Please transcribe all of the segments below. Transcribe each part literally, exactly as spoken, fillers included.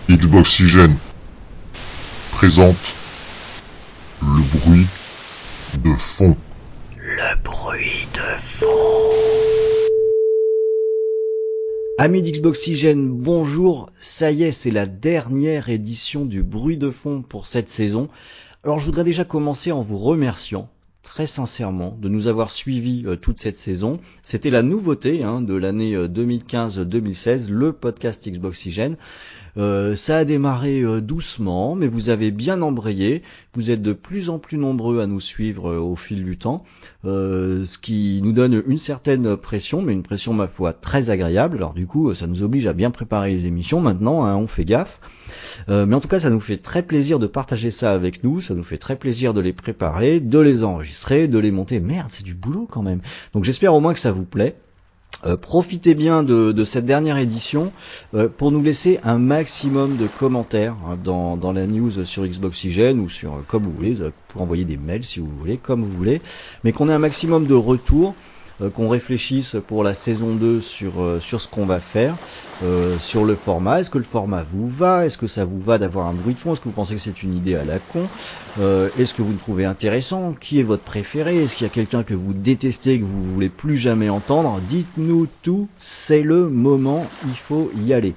Xboxygène présente le bruit de fond. Le bruit de fond. Amis d'Xboxygène, bonjour. Ça y est, c'est la dernière édition du bruit de fond pour cette saison. Alors je voudrais déjà commencer en vous remerciant très sincèrement de nous avoir suivis euh, toute cette saison. C'était la nouveauté hein, de l'année euh, deux mille quinze deux mille seize, le podcast Xboxygène. Euh, ça a démarré euh, doucement, mais vous avez bien embrayé. Vous êtes de plus en plus nombreux à nous suivre euh, au fil du temps, euh, ce qui nous donne une certaine pression, mais une pression ma foi très agréable. Alors du coup, ça nous oblige à bien préparer les émissions maintenant, hein, on fait gaffe. Euh, mais en tout cas, ça nous fait très plaisir de partager ça avec nous, ça nous fait très plaisir de les préparer, de les enregistrer, de les monter. Merde, c'est du boulot quand même. Donc j'espère au moins que ça vous plaît. Euh, profitez bien de, de cette dernière édition euh, pour nous laisser un maximum de commentaires hein, dans, dans la news sur Xboxygène ou sur euh, comme vous voulez, vous pouvez envoyer des mails si vous voulez, comme vous voulez, mais qu'on ait un maximum de retours, euh, qu'on réfléchisse pour la saison deux sur, euh, sur ce qu'on va faire, euh, sur le format. Est-ce que le format vous va? Est-ce que ça vous va d'avoir un bruit de fond? Est-ce que vous pensez que c'est une idée à la con? euh, Est-ce que vous le trouvez intéressant? Qui est votre préféré? Est-ce qu'il y a quelqu'un que vous détestez, que vous voulez plus jamais entendre? Dites-nous tout, c'est le moment, il faut y aller.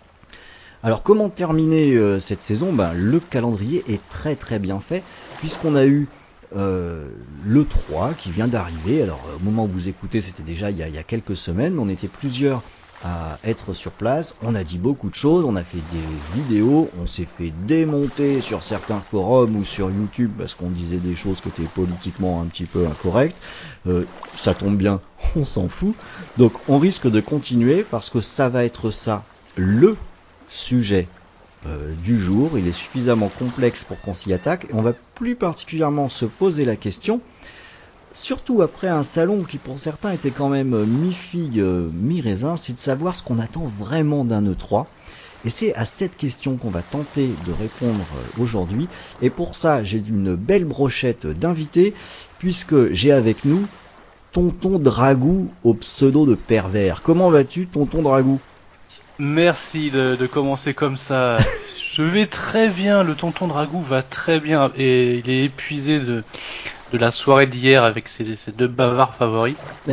Alors comment terminer euh, cette saison? Ben, le calendrier est très très bien fait, puisqu'on a eu euh, le trois qui vient d'arriver. Alors au moment où vous écoutez, c'était déjà il y a, il y a quelques semaines, on était plusieurs à être sur place, on a dit beaucoup de choses, on a fait des vidéos, on s'est fait démonter sur certains forums ou sur YouTube parce qu'on disait des choses qui étaient politiquement un petit peu incorrectes. Euh, ça tombe bien, on s'en fout. Donc on risque de continuer parce que ça va être ça, le sujet euh, du jour. Il est suffisamment complexe pour qu'on s'y attaque et on va plus particulièrement se poser la question, surtout après un salon qui pour certains était quand même mi-figue, mi-raisin, c'est de savoir ce qu'on attend vraiment d'un E trois. Et c'est à cette question qu'on va tenter de répondre aujourd'hui. Et pour ça, j'ai une belle brochette d'invités, puisque j'ai avec nous Tonton Dragou au pseudo de pervers. Comment vas-tu, Tonton Dragou ? Merci de, de commencer comme ça. Je vais très bien, le tonton Dragou va très bien et il est épuisé de, de la soirée d'hier avec ses, ses deux bavards favoris. je,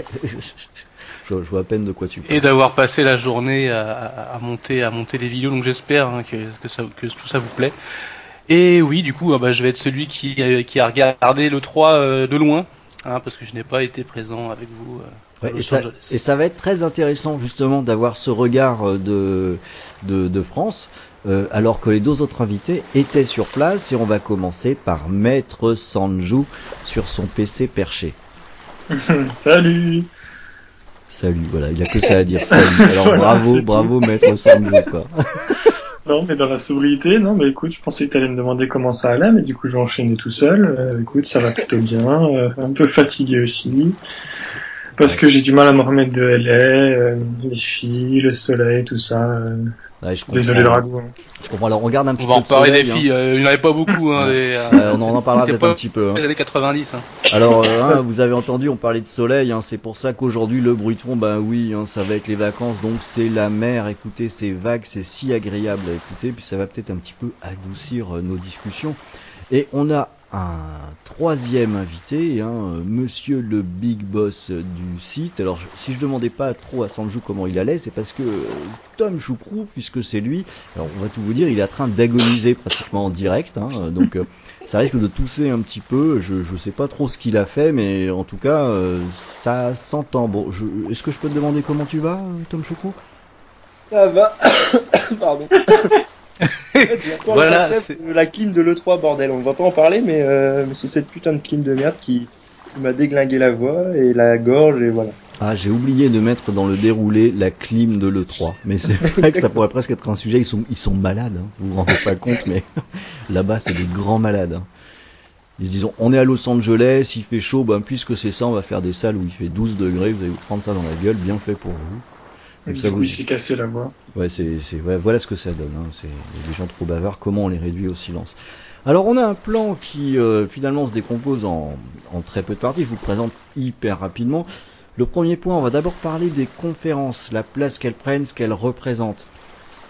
je vois à peine de quoi tu parles. Et d'avoir passé la journée à, à, à monter à monter les vidéos, donc j'espère hein, que, que, ça, que tout ça vous plaît. Et oui, du coup, bah, je vais être celui qui, qui a regardé le trois euh, de loin, hein, parce que je n'ai pas été présent avec vous. Euh, Ouais, et, ça, et ça va être très intéressant justement d'avoir ce regard de, de, de France, euh, alors que les deux autres invités étaient sur place, et on va commencer par Maître Sanju sur son P C perché. Salut. Salut, voilà, il a que ça à dire, salut. Alors voilà, bravo, bravo tout. Maître Sanju, quoi. Non, mais dans la sobriété, non, mais écoute, je pensais que t'allais me demander comment ça allait, mais du coup, je vais enchaîner tout seul. Euh, écoute, ça va plutôt bien, euh, un peu fatigué aussi. Parce ouais. que j'ai du mal à me remettre de L A, euh, les filles, le soleil, tout ça. Euh... Ouais, je Désolé Dragou. Je comprends. Alors on regarde un petit on va peu en parler soleil, des filles. Hein. Euh, il n'y en avait pas beaucoup. Hein, ouais. les, euh, ouais, on en parlera peut-être un petit peu. Hein. Les années quatre-vingt-dix. Hein. Alors euh, hein, vous avez entendu, on parlait de soleil. Hein, c'est pour ça qu'aujourd'hui le bruit de fond, ben oui, hein, ça va être les vacances. Donc c'est la mer. Écoutez, c'est vague, c'est si agréable à écouter. Puis ça va peut-être un petit peu adoucir euh, nos discussions. Et on a un troisième invité, hein, monsieur le big boss du site. Alors je, si je demandais pas trop à Sanju comment il allait, c'est parce que euh, Tom Choucrou, puisque c'est lui, alors on va tout vous dire, il est en train d'agoniser pratiquement en direct, hein, donc euh, ça risque de tousser un petit peu, je, je sais pas trop ce qu'il a fait, mais en tout cas euh, ça s'entend. Bon, je, est-ce que je peux te demander comment tu vas, Tom Choucrou ? Ça va. Pardon. En fait, j'ai encore voilà, le c'est... de la clim de l'E trois, bordel. On va pas en parler, mais, euh, mais c'est cette putain de clim de merde qui, qui m'a déglingué la voix et la gorge, et voilà. Ah, j'ai oublié de mettre dans le déroulé la clim de l'E trois. Mais c'est vrai que ça pourrait presque être un sujet. Ils sont, ils sont malades, hein. Vous vous rendez pas compte, mais là-bas, c'est des grands malades. Hein. Ils se disent, on est à Los Angeles, il fait chaud, ben, puisque c'est ça, on va faire des salles où il fait douze degrés, vous allez vous prendre ça dans la gueule, bien fait pour vous. Donc, du coup, vous... il s'est cassé la voix. Ouais, c'est, c'est, ouais, voilà ce que ça donne. Hein. C'est des gens trop bavards, comment on les réduit au silence. Alors, on a un plan qui, euh, finalement, se décompose en, en très peu de parties. Je vous le présente hyper rapidement. Le premier point, on va d'abord parler des conférences, la place qu'elles prennent, ce qu'elles représentent.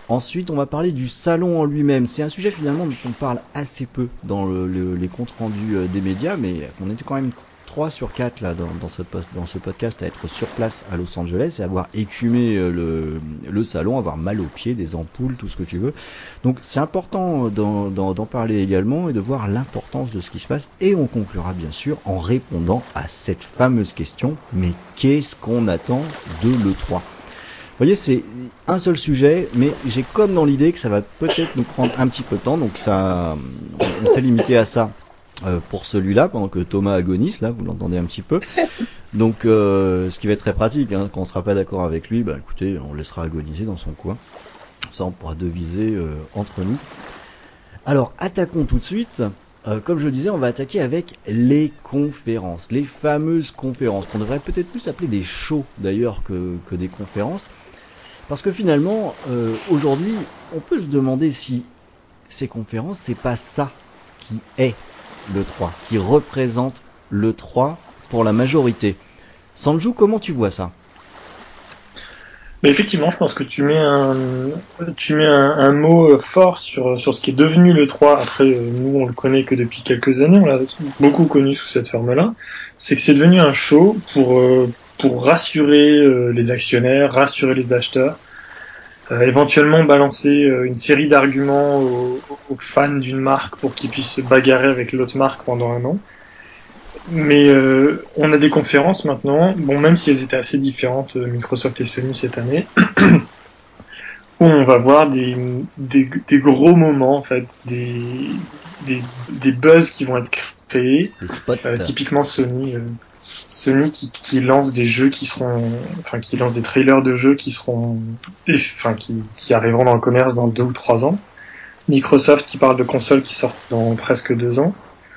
Ensuite, on va parler du salon en lui-même. C'est un sujet finalement dont on parle assez peu dans le, le, les comptes rendus euh, des médias, mais on était quand même trois sur quatre là dans, dans, ce, dans ce podcast à être sur place à Los Angeles et avoir écumé euh, le, le salon, avoir mal aux pieds, des ampoules, tout ce que tu veux. Donc c'est important d'en, d'en, d'en parler également et de voir l'importance de ce qui se passe. Et on conclura bien sûr en répondant à cette fameuse question, mais qu'est-ce qu'on attend de l'E trois ? Vous voyez, c'est un seul sujet, mais j'ai comme dans l'idée que ça va peut-être nous prendre un petit peu de temps, donc ça, on s'est limité à ça euh, pour celui-là, pendant que Thomas agonise, là, vous l'entendez un petit peu. Donc, euh, ce qui va être très pratique, hein, quand on sera pas d'accord avec lui, bah écoutez, on le laissera agoniser dans son coin. Ça, on pourra deviser euh, entre nous. Alors, attaquons tout de suite. Euh, comme je le disais, on va attaquer avec les conférences, les fameuses conférences, qu'on devrait peut-être plus appeler des shows d'ailleurs que, que des conférences. Parce que finalement, euh, aujourd'hui, on peut se demander si ces conférences, c'est pas ça qui est l'E trois, qui représente l'E trois pour la majorité. Sanju, comment tu vois ça ? Mais effectivement, je pense que tu mets un, tu mets un, un mot fort sur, sur ce qui est devenu l'E trois. Après, nous, on le connaît que depuis quelques années, on l'a beaucoup connu sous cette forme-là. C'est que c'est devenu un show pour, pour rassurer les actionnaires, rassurer les acheteurs, euh, éventuellement balancer une série d'arguments aux, aux fans d'une marque pour qu'ils puissent se bagarrer avec l'autre marque pendant un an. Mais euh, on a des conférences maintenant, bon, même si elles étaient assez différentes, Microsoft et Sony cette année, où on va voir des, des, des gros moments, en fait, des, des, des buzz qui vont être créés. Des spots. Euh, typiquement Sony, euh, Sony qui, qui lance des jeux qui seront, enfin qui lance des trailers de jeux qui seront, enfin qui, qui arriveront dans le commerce dans deux ou trois ans. Microsoft qui parle de consoles qui sortent dans presque deux ans.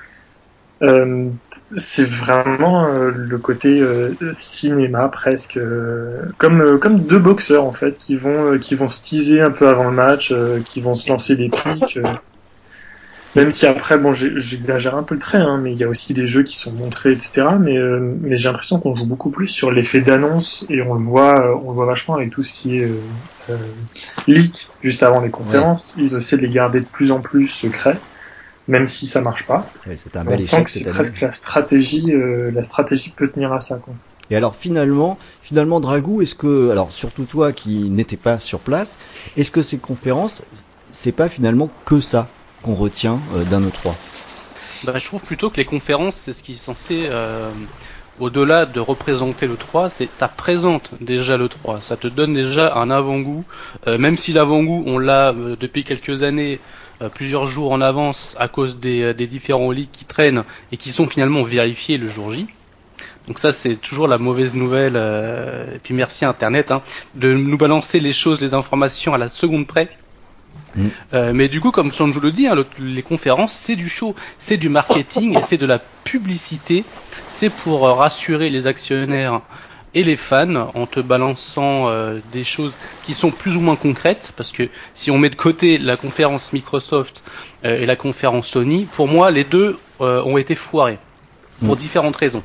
Euh, c'est vraiment euh, le côté euh, cinéma presque, euh, comme euh, comme deux boxeurs en fait qui vont euh, qui vont se teaser un peu avant le match, euh, qui vont se lancer des pics. Euh, même si après bon j'exagère un peu le trait, hein, mais il y a aussi des jeux qui sont montrés, et cetera. Mais euh, mais j'ai l'impression qu'on joue beaucoup plus sur l'effet d'annonce et on le voit euh, on le voit vachement avec tout ce qui est euh, euh, leak juste avant les conférences. Ouais. Ils essaient de les garder de plus en plus secrets. Même si ça marche pas, oui, c'est un on bel sent que c'est année. presque la stratégie, euh, la stratégie peut tenir à ça, quoi. Et alors finalement, finalement Dragou, est-ce que, alors surtout toi qui n'étais pas sur place, est-ce que ces conférences, c'est pas finalement que ça qu'on retient euh, d'un E trois ? Bah, je trouve plutôt que les conférences, c'est ce qui est censé, euh, au-delà de représenter l'E trois, c'est ça présente déjà l'E trois, ça te donne déjà un avant-goût, euh, même si l'avant-goût on l'a euh, depuis quelques années, euh, plusieurs jours en avance à cause des, des différents leaks qui traînent et qui sont finalement vérifiés le jour J. Donc ça c'est toujours la mauvaise nouvelle, euh, et puis merci Internet hein, de nous balancer les choses, les informations à la seconde près. Mmh. Euh, mais du coup, comme Sanju le dit, hein, le, les conférences, c'est du show, c'est du marketing, c'est de la publicité, c'est pour euh, rassurer les actionnaires et les fans en te balançant euh, des choses qui sont plus ou moins concrètes, parce que si on met de côté la conférence Microsoft euh, et la conférence Sony, pour moi, les deux euh, ont été foirés, pour mmh. différentes raisons.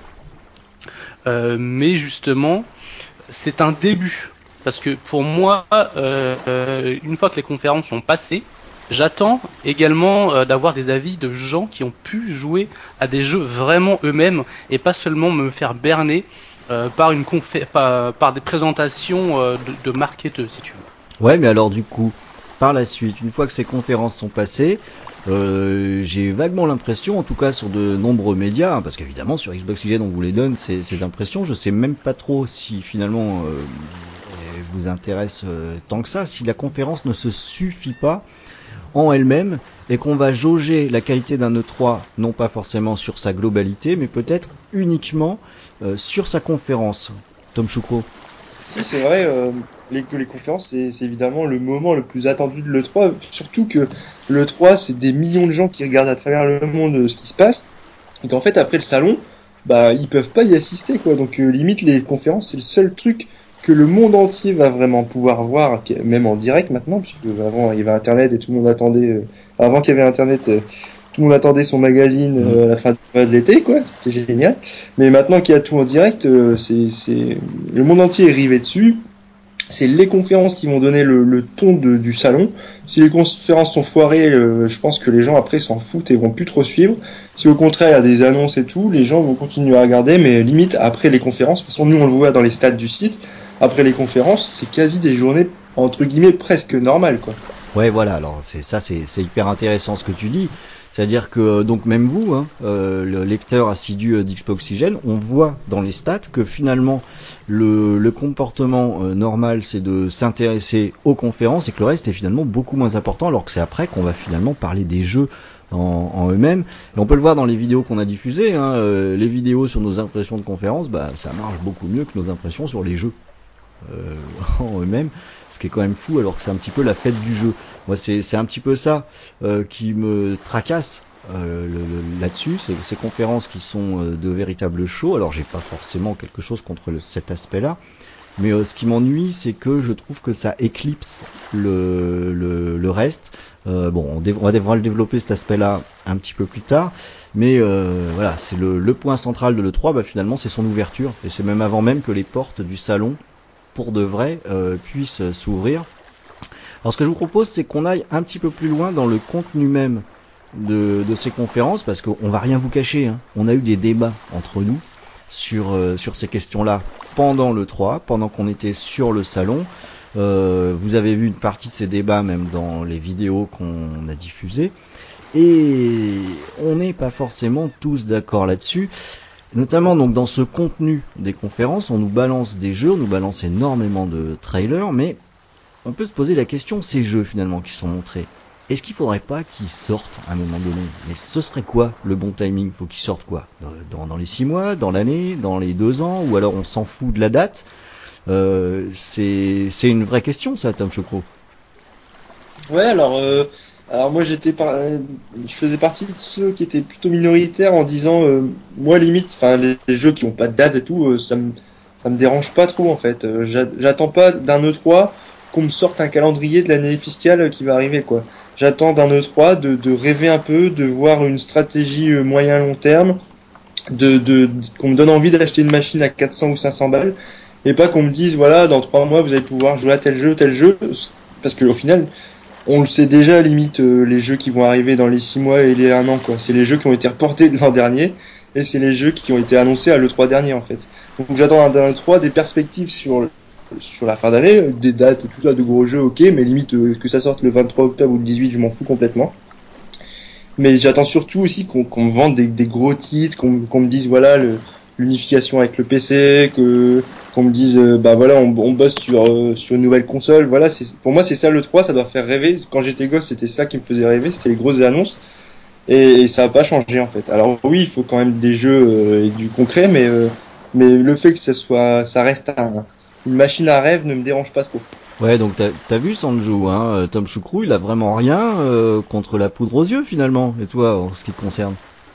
Euh, mais justement, c'est un début. Parce que pour moi, euh, euh, une fois que les conférences sont passées, j'attends également euh, d'avoir des avis de gens qui ont pu jouer à des jeux vraiment eux-mêmes et pas seulement me faire berner euh, par, une confé- par, par des présentations euh, de, de marketeurs, si tu veux. Ouais, mais alors du coup, par la suite, une fois que ces conférences sont passées, euh, j'ai vaguement l'impression, en tout cas sur de nombreux médias, hein, parce qu'évidemment sur Xboxygène on vous les donne ces, ces impressions, je sais même pas trop si finalement euh, elles vous intéressent euh, tant que ça, si la conférence ne se suffit pas en elle-même et qu'on va jauger la qualité d'un E trois non pas forcément sur sa globalité, mais peut-être uniquement euh, sur sa conférence. Tom Choukro. Si, c'est vrai, euh, les, que les conférences, c'est, c'est évidemment le moment le plus attendu de l'E trois, surtout que l'E trois, c'est des millions de gens qui regardent à travers le monde ce qui se passe, et qu'en fait, après le salon, bah, ils peuvent pas y assister, quoi. Donc, euh, limite, les conférences, c'est le seul truc que le monde entier va vraiment pouvoir voir, même en direct maintenant, puisque avant, il y avait Internet et tout le monde attendait, euh, avant qu'il y avait Internet, euh, tout le monde attendait son magazine euh, à la fin de l'été, quoi. C'était génial. Mais maintenant qu'il y a tout en direct, euh, c'est, c'est, le monde entier est rivé dessus. c'est les conférences qui vont donner le, le ton de, du salon. Si les conférences sont foirées, euh, je pense que les gens après s'en foutent et vont plus trop suivre. Si au contraire il y a des annonces et tout, les gens vont continuer à regarder, mais limite après les conférences, de toute façon nous on le voit dans les stats du site, après les conférences, c'est quasi des journées entre guillemets presque normales, quoi. Ouais, voilà. Alors c'est ça, c'est, c'est hyper intéressant ce que tu dis. C'est-à-dire que donc même vous, hein, euh, le lecteur assidu d'Xboxygène, on voit dans les stats que finalement le, le comportement euh, normal, c'est de s'intéresser aux conférences et que le reste est finalement beaucoup moins important, alors que c'est après qu'on va finalement parler des jeux en, en eux-mêmes. Et on peut le voir dans les vidéos qu'on a diffusées. Hein, euh, les vidéos sur nos impressions de conférences, bah ça marche beaucoup mieux que nos impressions sur les jeux. Euh, en eux-mêmes, ce qui est quand même fou alors que c'est un petit peu la fête du jeu. Moi c'est, c'est un petit peu ça euh, qui me tracasse euh, le, le, là-dessus, c'est ces conférences qui sont euh, de véritables shows. Alors j'ai pas forcément quelque chose contre le, cet aspect-là, mais euh, ce qui m'ennuie c'est que je trouve que ça éclipse le, le, le reste. Euh, bon, on, dev- on va devoir le développer cet aspect-là un petit peu plus tard. Mais euh, voilà, c'est le, le point central de l'E trois, bah, finalement c'est son ouverture, et c'est même avant même que les portes du salon pour de vrai euh, puisse s'ouvrir. Alors ce que je vous propose, c'est qu'on aille un petit peu plus loin dans le contenu même de, de ces conférences, parce qu'on va rien vous cacher, hein. On a eu des débats entre nous sur, euh, sur ces questions-là pendant l'E trois, pendant qu'on était sur le salon. Euh, vous avez vu une partie de ces débats même dans les vidéos qu'on a diffusées, et on n'est pas forcément tous d'accord là-dessus. Notamment donc dans ce contenu des conférences, on nous balance des jeux, on nous balance énormément de trailers, mais on peut se poser la question, ces jeux finalement qui sont montrés, est-ce qu'il faudrait pas qu'ils sortent à un moment donné? Mais ce serait quoi le bon timing? Faut qu'ils sortent quoi? Dans, dans, dans les six mois, dans l'année, dans les deux ans, ou alors on s'en fout de la date? euh, c'est, c'est une vraie question ça, Tom Chocro. Ouais, alors, euh, alors moi j'étais par... euh, je faisais partie de ceux qui étaient plutôt minoritaires en disant, euh, moi limite, enfin les, les jeux qui ont pas de date et tout, euh, ça me ça me dérange pas trop en fait. Euh, j'a- j'attends pas d'un E trois qu'on me sorte un calendrier de l'année fiscale qui va arriver, quoi. J'attends d'un E trois de, de rêver un peu, de voir une stratégie euh, moyen long terme, de, de, de- qu'on me donne envie d'acheter une machine à quatre cents ou cinq cents balles, et pas qu'on me dise voilà dans trois mois vous allez pouvoir jouer à tel jeu tel jeu, parce que au final on le sait déjà, limite, euh, les jeux qui vont arriver dans les six mois et les un an, quoi. C'est les jeux qui ont été reportés de l'an dernier, et c'est les jeux qui ont été annoncés à l'E trois dernier, en fait. Donc j'attends d'un E trois des perspectives sur, sur la fin d'année, des dates et tout ça, de gros jeux, ok, mais limite, euh, que ça sorte le vingt-trois octobre ou le dix-huit, je m'en fous complètement. Mais j'attends surtout aussi qu'on, qu'on me vende des, des gros titres, qu'on, qu'on me dise, voilà, le, l'unification avec le P C, que, qu'on me dise euh, bah voilà on, on bosse sur euh, sur une nouvelle console. Voilà, c'est pour moi c'est ça le trois, ça doit faire rêver. Quand j'étais gosse c'était ça qui me faisait rêver, c'était les grosses annonces, et, et ça a pas changé en fait. Alors oui il faut quand même des jeux euh, et du concret, mais euh, mais le fait que ça soit ça reste un, une machine à rêve ne me dérange pas trop. Ouais, donc t'as, t'as vu Sanju, hein, Tom Choucrou, il a vraiment rien euh, contre la poudre aux yeux finalement, et toi en ce qui te concerne?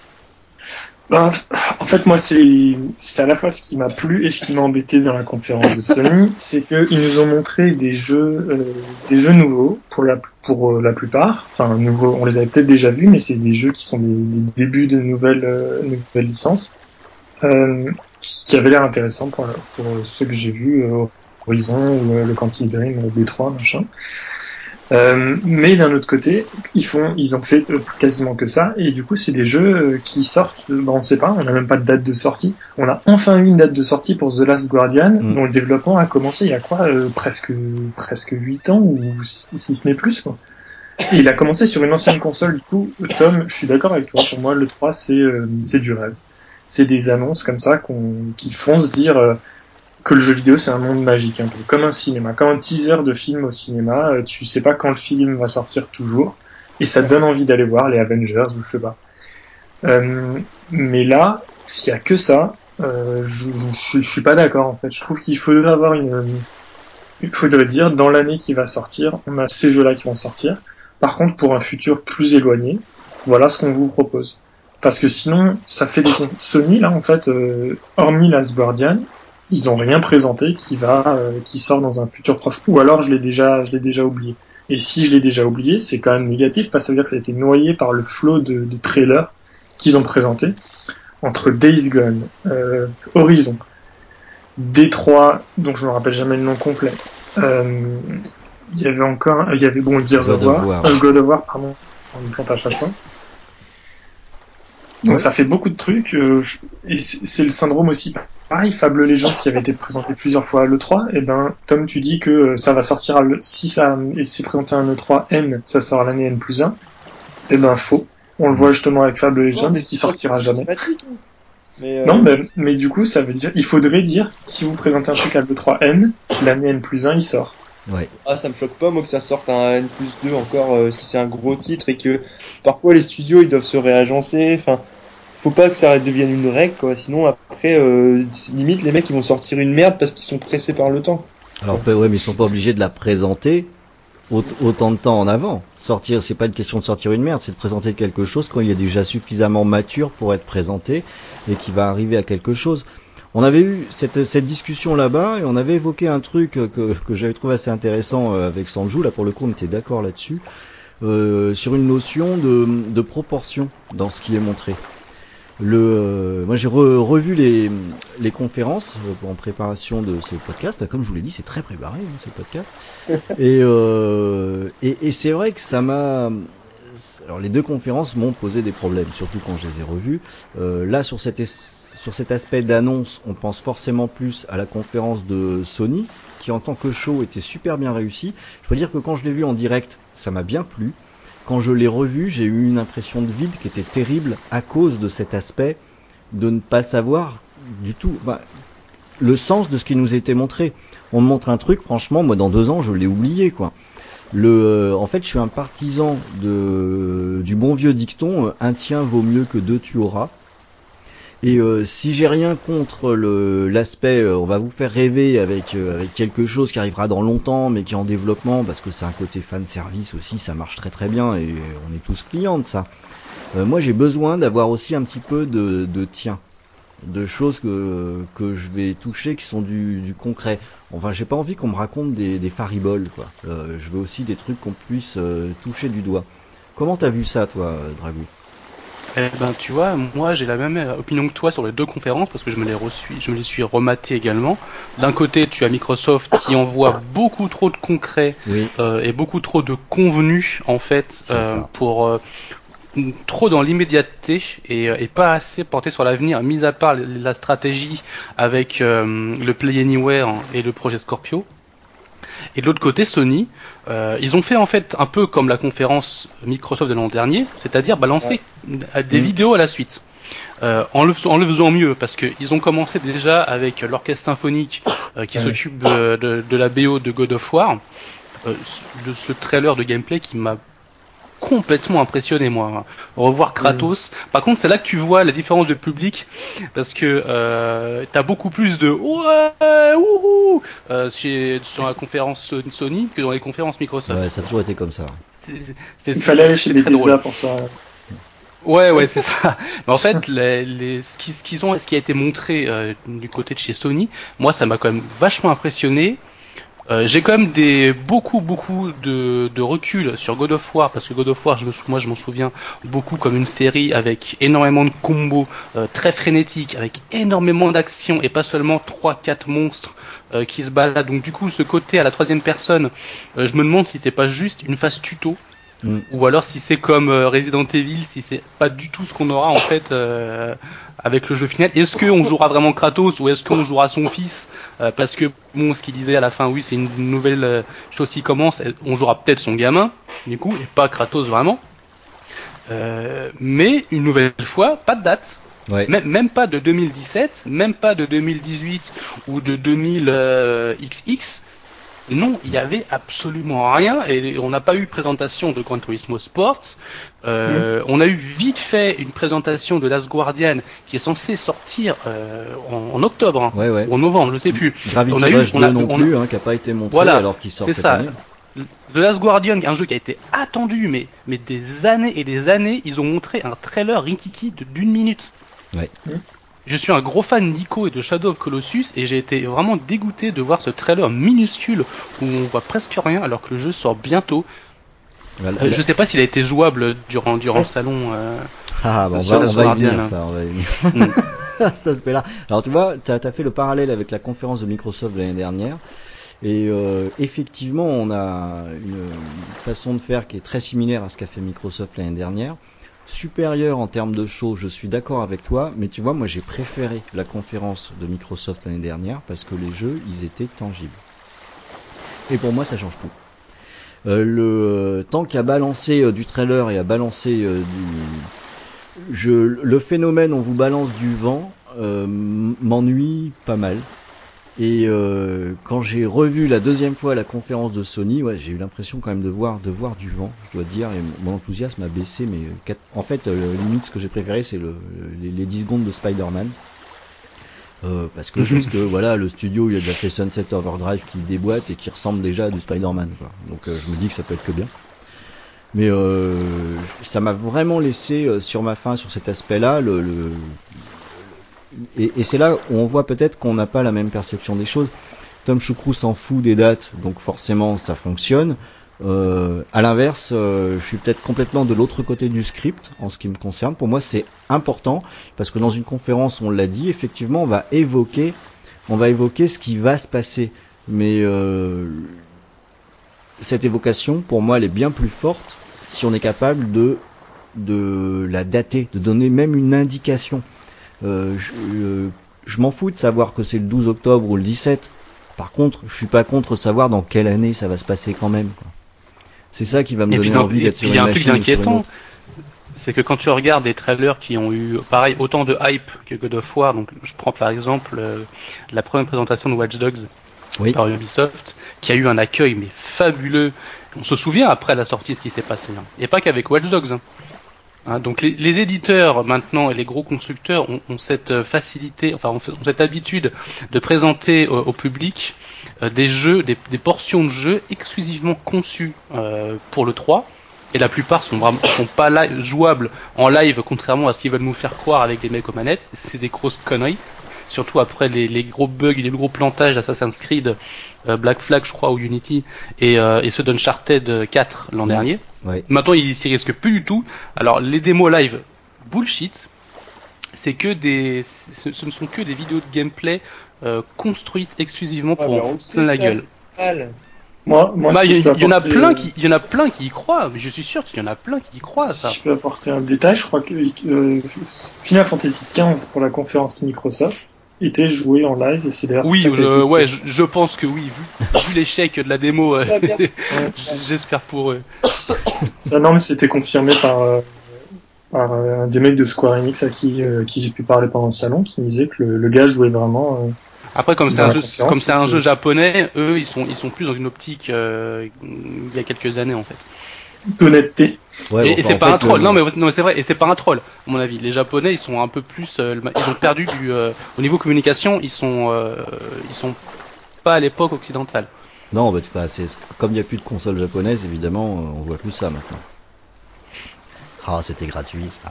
Ben, en fait, moi, c'est c'est à la fois ce qui m'a plu et ce qui m'a embêté dans la conférence de Sony, c'est que ils nous ont montré des jeux, euh, des jeux nouveaux pour la pour euh, la plupart. Enfin, nouveaux, on les avait peut-être déjà vus, mais c'est des jeux qui sont des, des débuts de nouvelles euh, nouvelles licences, euh, qui avaient l'air intéressants pour pour ceux que j'ai vus, euh, Horizon ou euh, le Quantic Dream, euh, Détroit, machin. Euh, mais d'un autre côté, ils font, ils ont fait euh, quasiment que ça, et du coup, c'est des jeux euh, qui sortent. Euh, bah, on sait pas, on n'a même pas de date de sortie. On a enfin eu une date de sortie pour The Last Guardian, Mm. dont le développement a commencé il y a quoi, euh, presque presque huit ans ou si, si ce n'est plus, quoi. Et il a commencé sur une ancienne console. Du coup, Tom, je suis d'accord avec toi. Pour moi, le trois, c'est euh, c'est du rêve. C'est des annonces comme ça qu'on qui font se dire. Euh, que le jeu vidéo c'est un monde magique un peu, comme un cinéma, comme un teaser de film au cinéma, euh, tu sais pas quand le film va sortir toujours, et ça te donne envie d'aller voir les Avengers ou je sais pas. Euh, mais là, s'il y a que ça, euh, je, je, je suis pas d'accord en fait. Je trouve qu'il faudrait avoir une, il faudrait dire dans l'année qui va sortir, on a ces jeux-là qui vont sortir. Par contre, pour un futur plus éloigné, voilà ce qu'on vous propose. Parce que sinon, ça fait des Sony là en fait, euh, hormis Last Guardian, ils ont rien présenté qui va, euh, qui sort dans un futur proche. Ou alors je l'ai déjà, je l'ai déjà oublié. Et si je l'ai déjà oublié, c'est quand même négatif parce que ça veut dire que ça a été noyé par le flot de, de trailers qu'ils ont présentés entre Days Gone, euh, Horizon, Détroit, dont je me rappelle jamais le nom complet, Euh, il y avait encore, il y avait bon Gears of God of War, War. euh, God of War, pardon, on me plante à chaque fois. Donc Ouais. ça fait beaucoup de trucs, euh, je- et c'est c'est le syndrome aussi pareil, Fable Legends qui avait été présenté plusieurs fois à l'E trois, et ben, Tom, tu dis que euh, ça va sortir à l'E- si ça et c'est présenté à un E trois N, ça sort à l'année N plus un, et ben faux. On le voit justement avec Fable Legends Non, mais qui c'est pas sortira jamais. systématique, hein. Mais, euh, Non, mais, mais du coup, ça veut dire, il faudrait dire, si vous présentez un truc à l'E trois N, l'année N plus un, il sort. Ouais. ah, ça me choque pas, moi, que ça sorte un N plus deux encore, euh, si c'est un gros titre et que parfois les studios ils doivent se réagencer. Enfin, faut pas que ça devienne une règle, quoi. Sinon, après, euh, limite, les mecs ils vont sortir une merde parce qu'ils sont pressés par le temps. Alors peut- ouais, mais ils sont pas obligés de la présenter au- autant de temps en avant. Sortir, c'est pas une question de sortir une merde, c'est de présenter quelque chose quand il est déjà suffisamment mature pour être présenté et qui va arriver à quelque chose. On avait eu cette, cette discussion là-bas et on avait évoqué un truc que, que j'avais trouvé assez intéressant euh, avec Sanju. Là, pour le coup, on était d'accord là-dessus. Euh, sur une notion de, de proportion dans ce qui est montré. Le, euh, moi j'ai re, revu les, les conférences euh, en préparation de ce podcast. Comme je vous l'ai dit, c'est très préparé hein, ce podcast. Et, euh, et, et c'est vrai que ça m'a. Alors les deux conférences m'ont posé des problèmes, surtout quand je les ai revues. Euh, là sur cet, es... sur cet aspect d'annonce, on pense forcément plus à la conférence de Sony, qui en tant que show était super bien réussi. Je peux dire que quand je l'ai vu en direct, ça m'a bien plu. Quand je l'ai revu, j'ai eu une impression de vide qui était terrible à cause de cet aspect de ne pas savoir du tout enfin, le sens de ce qui nous était montré. On me montre un truc, franchement, moi dans deux ans, je l'ai oublié, quoi. Le, euh, en fait, je suis un partisan de, du bon vieux dicton, euh, un tien vaut mieux que deux tu auras. Et euh, si j'ai rien contre le, l'aspect, euh, on va vous faire rêver avec, euh, avec quelque chose qui arrivera dans longtemps, mais qui est en développement, parce que c'est un côté fan service aussi, ça marche très très bien et on est tous clients de ça. Euh, moi, j'ai besoin d'avoir aussi un petit peu de, de tien, de choses que que je vais toucher qui sont du, du concret. Enfin, j'ai pas envie qu'on me raconte des, des fariboles, quoi. Euh, je veux aussi des trucs qu'on puisse euh, toucher du doigt. Comment t'as vu ça, toi, Dragou ? Eh ben, tu vois, moi j'ai la même opinion que toi sur les deux conférences parce que je me les reçu, je me les suis rematé également. D'un côté, tu as Microsoft qui envoie beaucoup trop de concret Oui, euh, et beaucoup trop de convenus en fait c'est euh, ça. pour euh, trop dans l'immédiateté et, et pas assez porté sur l'avenir, mis à part la stratégie avec euh, le Play Anywhere et le projet Scorpio. Et de l'autre côté, Sony, euh, ils ont fait en fait un peu comme la conférence Microsoft de l'an dernier, c'est-à-dire balancer Ouais. des Mm. vidéos à la suite. Euh, en, le, en le faisant mieux, parce qu'ils ont commencé déjà avec l'orchestre symphonique euh, qui Ouais. s'occupe de, de, de la B O de God of War, euh, de ce trailer de gameplay qui m'a complètement impressionné moi. Revoir Kratos. Par contre, c'est là que tu vois la différence de public parce que euh, t'as beaucoup plus de ouais wouhou euh, chez dans la conférence Sony que dans les conférences Microsoft. Ouais, ça a toujours été comme ça. C'est, c'est, c'est, Il fallait aller chez c'est très drôle. Bethesda pour ça. Ouais, ouais, c'est ça. Mais en fait, les, les, ce, qui, ce qu'ils ont, ce qui a été montré euh, du côté de chez Sony, moi, ça m'a quand même vachement impressionné. Euh, j'ai quand même des beaucoup beaucoup de, de recul sur God of War parce que God of War, je me, moi je m'en souviens beaucoup comme une série avec énormément de combos euh, très frénétiques, avec énormément d'action et pas seulement trois quatre monstres euh, qui se baladent. Donc du coup, ce côté à la troisième personne, euh, je me demande si c'est pas juste une phase tuto. Mm. Ou alors si c'est comme euh, Resident Evil, si c'est pas du tout ce qu'on aura en fait euh, avec le jeu final. Est-ce qu'on jouera vraiment Kratos ou est-ce qu'on jouera son fils euh, parce que bon, ce qu'il disait à la fin, oui, c'est une nouvelle euh, chose qui commence. On jouera peut-être son gamin, du coup, et pas Kratos vraiment. Euh, mais une nouvelle fois, pas de date. Ouais. Même, même pas de deux mille dix-sept, même pas de deux mille dix-huit ou de deux mille X X. Non, il y avait absolument rien et on n'a pas eu de présentation de Gran Turismo Sport. Euh, mmh. On a eu vite fait une présentation de Last Guardian qui est censée sortir euh, en, en octobre hein, Ouais, ouais. ou en novembre, je sais plus. Gravity on a Rush eu, on deux a, non on a, plus, hein, qui a pas été montré voilà, alors qu'il sort c'est cette ça. année. The Last Guardian, un jeu qui a été attendu, mais, mais des années et des années, ils ont montré un trailer rikiki de d'une minute. Ouais. Mmh. Je suis un gros fan d'Ico et de Shadow of Colossus et j'ai été vraiment dégoûté de voir ce trailer minuscule où on voit presque rien alors que le jeu sort bientôt. Voilà. Euh, je sais pas s'il a été jouable durant durant le salon. Euh, Ah, bah on sur va, la on va y Guardian, venir, hein. ça, on va y venir. Mm. À cet aspect-là. Alors tu vois, t'as as fait le parallèle avec la conférence de Microsoft de l'année dernière. Et euh, effectivement, on a une, une façon de faire qui est très similaire à ce qu'a fait Microsoft l'année dernière. Supérieure en termes de show, je suis d'accord avec toi, mais tu vois, moi j'ai préféré la conférence de Microsoft l'année dernière parce que les jeux, ils étaient tangibles. Et pour moi, ça change tout. Euh, le tant qu'à balancer euh, du trailer et à balancer euh, du, je, le phénomène on vous balance du vent euh, m'ennuie pas mal. Et euh, quand j'ai revu la deuxième fois la conférence de Sony, ouais, j'ai eu l'impression quand même de voir de voir du vent, je dois dire, et mon enthousiasme a baissé. Mais quatre... en fait, euh, limite, ce que j'ai préféré, c'est le, les, les dix secondes de Spider-Man, euh, parce que parce que voilà, le studio, il a déjà fait Sunset Overdrive qui déboîte et qui ressemble déjà à du Spider-Man, quoi. Donc euh, je me dis que ça peut être que bien. Mais euh, ça m'a vraiment laissé euh, sur ma faim sur cet aspect-là. Le, le, et, et c'est là où on voit peut-être qu'on n'a pas la même perception des choses. Tom Choucrou s'en fout des dates, donc forcément ça fonctionne. Euh, à l'inverse, euh, je suis peut-être complètement de l'autre côté du script en ce qui me concerne. Pour moi, c'est important parce que dans une conférence, on l'a dit, effectivement, on va évoquer, on va évoquer ce qui va se passer. Mais euh, cette évocation, pour moi, elle est bien plus forte si on est capable de de la dater, de donner même une indication. Euh, je, euh, je m'en fous de savoir que c'est le douze octobre ou le dix-sept. Par contre, je suis pas contre savoir dans quelle année ça va se passer quand même, quoi. C'est ça qui va me Et donner puis, envie d'être sur une machine ou sur une autre. C'est que quand tu regardes des trailers qui ont eu, pareil, autant de hype que God of War, donc je prends par exemple euh, la première présentation de Watch Dogs Oui. par Ubisoft, qui a eu un accueil mais fabuleux. On se souvient après la sortie ce qui s'est passé, hein. Et pas qu'avec Watch Dogs. Hein. Hein, donc les, les éditeurs maintenant et les gros constructeurs ont, ont cette facilité, enfin ont, ont cette habitude de présenter au, au public euh, des jeux, des, des portions de jeux exclusivement conçues euh, pour le trois. Et la plupart sont vraiment sont pas live, jouables en live, contrairement à ce qu'ils veulent nous faire croire avec les mecs aux manettes. C'est des grosses conneries. Surtout après les, les gros bugs, les gros plantages d'Assassin's Creed, euh, Black Flag, je crois, ou Unity, et, euh, et ceux d'Uncharted quatre l'an mmh. dernier. Ouais. Maintenant, ils s'y risquent plus du tout. Alors, les démos live, bullshit. C'est que des, ce, ce ne sont que des vidéos de gameplay euh, construites exclusivement pour ouais, en foutre plein la gueule. Moi, moi, bah, si y, je peux y, y en a plein euh... qui, il y en a plein qui y croient, mais je suis sûr qu'il y en a plein qui y croient à si ça. Si je peux apporter un détail, je crois que euh, Final Fantasy quinze pour la conférence Microsoft était joué en live et c'est d'ailleurs oui, pour ça je, été... ouais, je, je pense que oui, vu, vu l'échec de la démo, euh, ouais, j'espère pour eux. Ça, non, mais c'était confirmé par, euh, par euh, un des mecs de Square Enix à qui, euh, qui j'ai pu parler pendant le salon, qui me disait que le, le gars jouait vraiment. Euh, Après, comme c'est un jeu, comme c'est un que... jeu japonais, eux, ils sont, ils sont plus dans une optique euh, il y a quelques années en fait. D'honnêteté. Ouais, et, enfin, et c'est en pas fait, un troll. le... Non, mais non, mais c'est vrai. Et c'est pas un troll, à mon avis. Les Japonais, ils sont un peu plus, euh, ils ont perdu du, euh, au niveau communication, ils sont, euh, ils sont pas à l'époque occidentale. Non, bah, c'est comme il n'y a plus de consoles japonaises, évidemment, on voit plus ça maintenant. Ah, oh, c'était gratuit ça.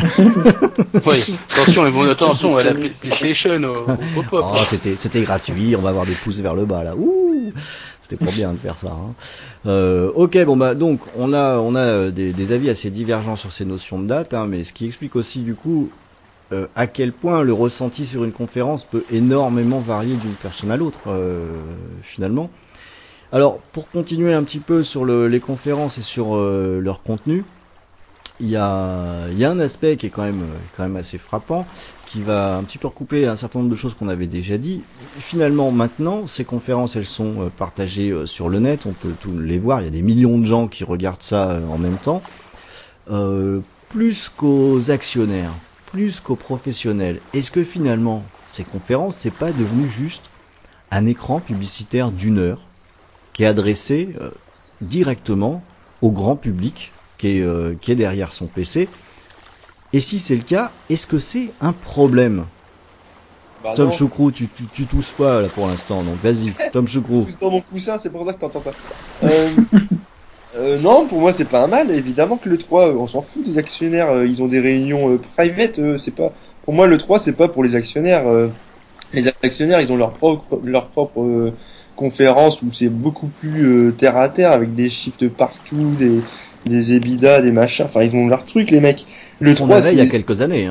Oui, attention, mais bon, attention, la PlayStation au, au pop-up. Oh, c'était, c'était gratuit, on va avoir des pouces vers le bas là. Ouh, c'était pas bien de faire ça. Hein. Euh, ok, bon bah donc on a, on a des, des avis assez divergents sur ces notions de date, hein, mais ce qui explique aussi du coup euh, à quel point le ressenti sur une conférence peut énormément varier d'une personne à l'autre euh, finalement. Alors pour continuer un petit peu sur le, les conférences et sur euh, leur contenu. Il y a, il y a un aspect qui est quand même, quand même assez frappant, qui va un petit peu recouper un certain nombre de choses qu'on avait déjà dit. Finalement, maintenant, ces conférences, elles sont partagées sur le net, on peut tout les voir, il y a des millions de gens qui regardent ça en même temps. Euh, plus qu'aux actionnaires, plus qu'aux professionnels, est-ce que finalement, ces conférences, c'est pas devenu juste un écran publicitaire d'une heure, qui est adressé euh, directement au grand public, Qui est, euh, qui est derrière son P C. Et si c'est le cas, est-ce que c'est un problème? bah Tom Choucrou, tu, tu, tu tousses pas là pour l'instant, donc vas-y, Tom Choucrou. Je tousse dans mon coussin, c'est pour ça que t'entends pas. Euh, euh, non, pour moi c'est pas un mal. Évidemment que le trois, on s'en fout des actionnaires. Euh, ils ont des réunions euh, private. Euh, c'est pas. Pour moi le trois, c'est pas pour les actionnaires. Euh, les actionnaires, ils ont leur propre, leur propre euh, conférence où c'est beaucoup plus euh, terre à terre avec des chiffres de partout, des des EBITDA, des machins. Enfin, ils ont leur truc, les mecs. Le On trois, avait c'est il y a quelques années, hein.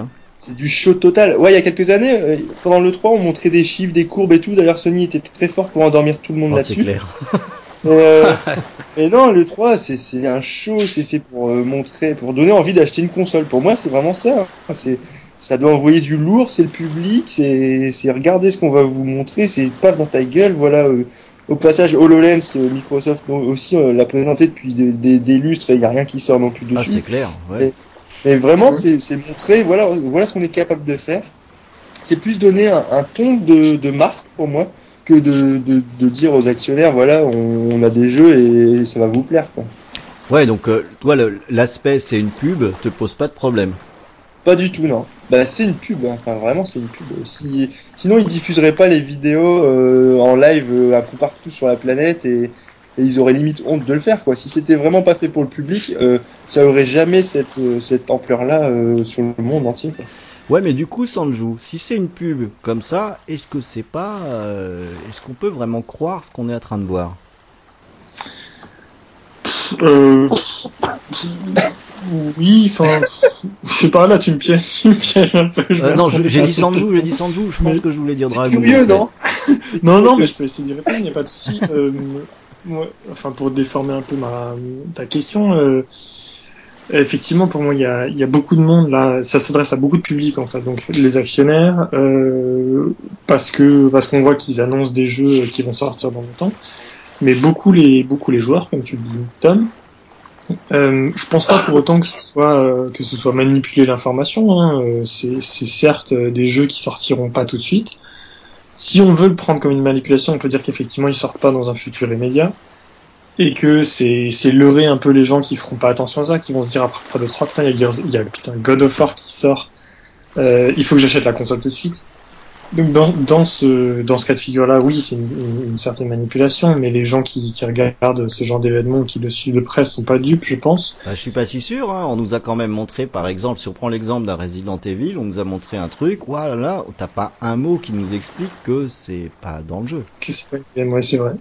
C'est du show total. Ouais, il y a quelques années, euh, pendant le trois, on montrait des chiffres, des courbes et tout. D'ailleurs, Sony était très fort pour endormir tout le monde Oh, c'est là-dessus. clair. Euh, mais non, le trois, c'est c'est un show, c'est fait pour euh, montrer, pour donner envie d'acheter une console. Pour moi, c'est vraiment ça. Hein. C'est, ça doit envoyer du lourd, c'est le public, c'est c'est regarder ce qu'on va vous montrer, c'est paf dans ta gueule, voilà. Euh, au passage, HoloLens, euh, Microsoft non, aussi euh, l'a présenté depuis des, des, des lustres et il y a rien qui sort non plus Ah, c'est dessus. clair, ouais. Mais, mais vraiment, c'est c'est montrer, voilà, voilà ce qu'on est capable de faire. C'est plus donner un, un ton de, de marque pour moi que de, de, de dire aux actionnaires voilà on, on a des jeux et ça va vous plaire quoi. Ouais, donc euh, toi, le- l'aspect c'est une pub, te pose pas de problème. Pas du tout non. Bah c'est une pub, hein. Enfin vraiment c'est une pub. Si, sinon ils diffuseraient pas les vidéos euh, en live euh, un peu partout sur la planète et, et ils auraient limite honte de le faire quoi. Si c'était vraiment pas fait pour le public, euh, ça aurait jamais cette, euh, cette ampleur là euh, sur le monde entier quoi. Ouais, mais du coup, Sanju, si c'est une pub comme ça, est-ce que c'est pas, euh, est-ce qu'on peut vraiment croire ce qu'on est en train de voir? Euh, oui, enfin, je sais pas, là, tu me pièges, tu me pièges un peu, je Euh, non, je- m'attendais j'ai pas à dit cette Sanju, j'ai question. dit Sanju. Je pense Mais, que je voulais dire C'est Dragon en curieux fait. non? C'est non, curieux non, que mais je peux essayer d'y répondre, il n'y a pas de souci. Euh, moi, enfin, pour déformer un peu ma, ta question, euh, effectivement, pour moi, il y a, il y a beaucoup de monde là. Ça s'adresse à beaucoup de public en fait. Donc les actionnaires, euh, parce que parce qu'on voit qu'ils annoncent des jeux qui vont sortir dans longtemps, mais beaucoup les beaucoup les joueurs, comme tu le dis, Tom. Euh, je pense pas pour autant que ce soit euh, que ce soit manipuler l'information. Hein. Euh, c'est c'est certes euh, des jeux qui sortiront pas tout de suite. Si on veut le prendre comme une manipulation, on peut dire qu'effectivement ils sortent pas dans un futur immédiat. Et que c'est c'est leurrer un peu les gens qui feront pas attention à ça, qui vont se dire après deux trois putain il y a, Gears- il y a putain God of War qui sort, euh, il faut que j'achète la console tout de suite. Donc dans dans ce dans ce cas de figure là, oui c'est une, une, une certaine manipulation, mais les gens qui qui regardent ce genre d'événements, qui le suivent de près, sont pas dupes, je pense. Bah, je suis pas si sûr, hein. On nous a quand même montré, par exemple, si on prend l'exemple d'un Resident Evil, on nous a montré un truc, voilà, là, t'as pas un mot qui nous explique que c'est pas dans le jeu. Que c'est pas une game, ouais c'est vrai.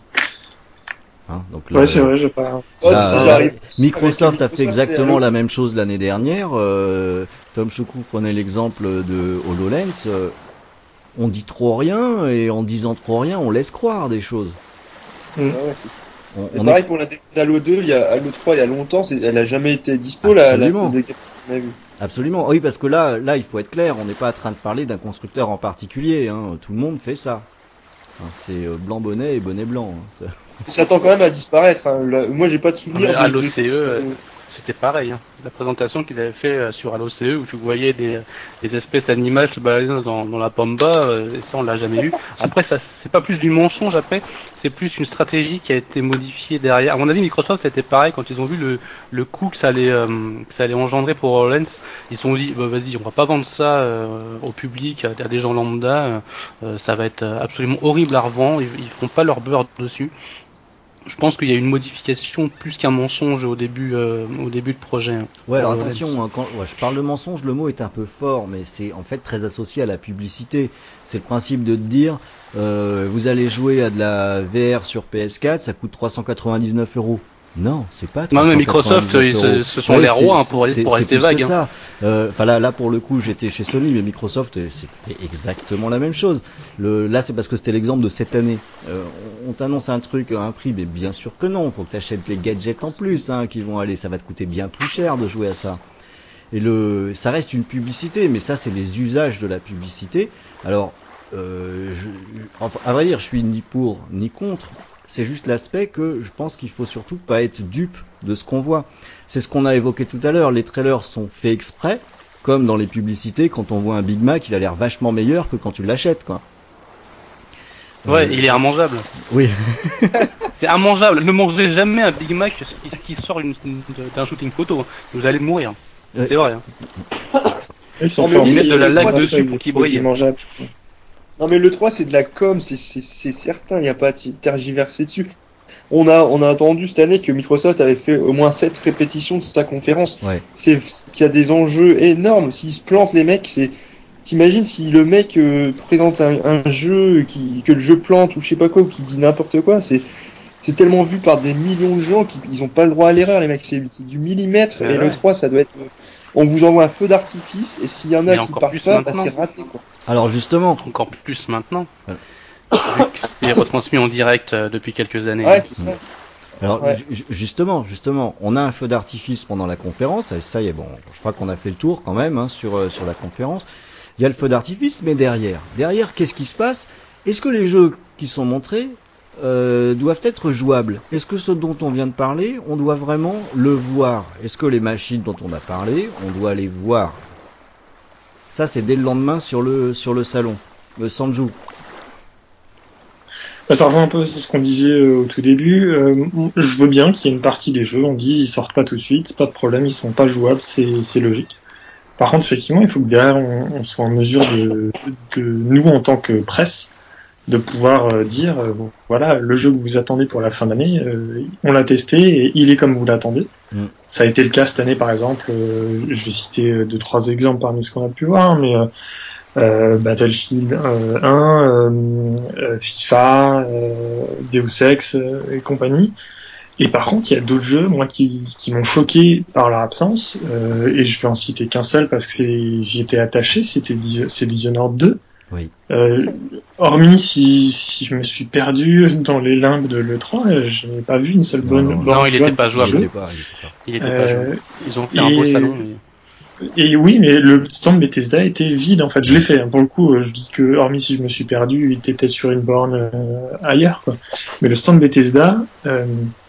Hein. Donc Ouais là, c'est vrai, j'ai pas. oh, là, si euh, ça, là, j'arrive avec Microsoft a fait Microsoft et exactement Halo. la même chose l'année dernière. Euh, Tom Choukou prenait l'exemple de HoloLens. Euh, on dit trop rien et en disant trop rien, on laisse croire des choses. hmm. Ouais, ouais, c'est On, Et on est pareil pour la démo d'Halo deux, il y a Halo trois il y a longtemps, c'est- elle a jamais été dispo la, la absolument, de gameplay qu'on a vu. absolument. Oui, parce que là, là, il faut être clair. On n'est pas en train de parler d'un constructeur en particulier. Hein. Tout le monde fait ça. Hein, c'est euh, blanc bonnet et bonnet blanc. Hein. Ça tend quand même à disparaître. Hein. Là, moi j'ai pas de Non, mais souvenir à de, de... l'O C E, euh, euh, c'était pareil. Hein. La présentation qu'ils avaient fait euh, sur Halo C E, où tu voyais des, des espèces animales se balader dans, dans la pampa, euh, et ça on l'a jamais eu. Après, ça c'est pas plus du mensonge. Après, c'est plus une stratégie qui a été modifiée derrière. À mon avis, Microsoft c'était pareil quand ils ont vu le, le coût que ça allait euh, que ça allait engendrer pour HoloLens. Ils se sont dit, bah, vas-y, on va pas vendre ça euh, au public, à, à des gens lambda. Euh, ça va être absolument horrible à revendre. Ils, ils feront pas leur beurre dessus. Je pense qu'il y a une modification plus qu'un mensonge au début, euh, au début de projet hein, Ouais, pour alors HoloLens. attention, hein, quand ouais, je parle de mensonge, le mot est un peu fort, mais c'est en fait très associé à la publicité. C'est le principe de te dire, euh, vous allez jouer à de la V R sur P S quatre, ça coûte trois cent quatre-vingt-dix-neuf euros. Non, c'est pas Non mais Microsoft, ils, trois cent quatre-vingt-dix-neuf euros. se, ce sont Ouais, les c'est rois hein, pour, c'est pour c'est rester plus que vague. Hein. ça. Euh, Enfin là, là pour le coup, j'étais chez Sony, mais Microsoft euh, c'est fait exactement la même chose. Le, là, c'est parce que c'était l'exemple de cette année. Euh, on on t'annonce un truc à un prix, mais bien sûr que non. Faut que t'achètes les gadgets en plus, hein, qui vont aller. Ça va te coûter bien plus cher de jouer à ça. Et le, ça reste une publicité, mais ça, c'est les usages de la publicité. Alors, euh, je, enfin, à vrai dire, je suis ni pour ni contre. C'est juste l'aspect que je pense qu'il faut surtout pas être dupe de ce qu'on voit. C'est ce qu'on a évoqué tout à l'heure. Les trailers sont faits exprès, comme dans les publicités, quand on voit un Big Mac, il a l'air vachement meilleur que quand tu l'achètes, quoi. Ouais, Euh, il est immangeable. oui. C'est immangeable. Ne mangez jamais un Big Mac qui, qui sort une, une- d'un shooting photo. Vous allez mourir. Euh, C'est vrai. Hein. Ils sont Non mais forts. oui, Ils mettent de la le laque trois, dessus avec pour des qu'il produits brille. mangeables. non mais le trois c'est de la com, c'est c'est c'est certain, il y a pas à t'y tergiverser dessus. On a on a entendu cette année que Microsoft avait fait au moins sept répétitions de sa conférence. ouais. C'est qu'il y a des enjeux énormes. S'ils se plantent les mecs, c'est t'imagines si le mec euh, présente un, un jeu qui que le jeu plante ou je sais pas quoi ou qui dit n'importe quoi, c'est c'est tellement vu par des millions de gens qu'ils ils ont pas le droit à l'erreur les mecs, c'est c'est du millimètre Ah et le ouais. trois ça doit être on vous envoie un feu d'artifice, et s'il y en a Mais qui encore partent plus pas, bah, maintenant. c'est raté, quoi. Alors justement, Encore plus maintenant. Voilà. Vu que c'est retransmis en direct euh, depuis quelques années. Ouais, c'est ça. alors Ouais. ju- justement, justement, on a un feu d'artifice pendant la conférence. Et ça y est, bon, je crois qu'on a fait le tour quand même hein, sur euh, sur la conférence. Il y a le feu d'artifice, mais derrière, derrière, qu'est-ce qui se passe? Est-ce que les jeux qui sont montrés euh, doivent être jouables? Est-ce que ce dont on vient de parler, on doit vraiment le voir? Est-ce que les machines dont on a parlé, on doit les voir? Ça, c'est dès le lendemain sur le sur le salon. Le Sanju. Bah, ça rejoint un peu ce qu'on disait euh, au tout début. Euh, je veux bien qu'il y ait une partie des jeux, on dit ils sortent pas tout de suite, pas de problème, ils sont pas jouables, c'est, c'est logique. Par contre, effectivement, il faut que derrière on, on soit en mesure de, de nous en tant que presse, de pouvoir euh, dire euh, bon, voilà, le jeu que vous attendez pour la fin d'année, euh, on l'a testé et il est comme vous l'attendez. Mm. Ça a été le cas cette année, par exemple. Euh, je vais citer deux trois exemples parmi ce qu'on a pu voir, mais euh, euh, Battlefield euh, un, euh, euh, FIFA, euh, Deus Ex euh, et compagnie. Et par contre, il y a d'autres jeux, moi, qui, qui m'ont choqué par leur absence, euh, et je vais en citer qu'un seul parce que c'est, j'y étais attaché, c'était Dis- c'est Dishonored deux. Oui. Euh, hormis si, si je me suis perdu dans les limbes de l'E trois, euh, je n'ai pas vu une seule Non, bonne non, borne Non, il était jouable pas de ce Il jouable. jeu. était pas, il était pas. Il était pas jouable. Euh, Ils ont fait un beau et, salon. Mais... et oui, mais le stand Bethesda était vide, en fait. Je l'ai fait, hein. Pour le coup, euh, je dis que, hormis si je me suis perdu, il était peut-être sur une borne euh, ailleurs, quoi. Mais le stand Bethesda, euh,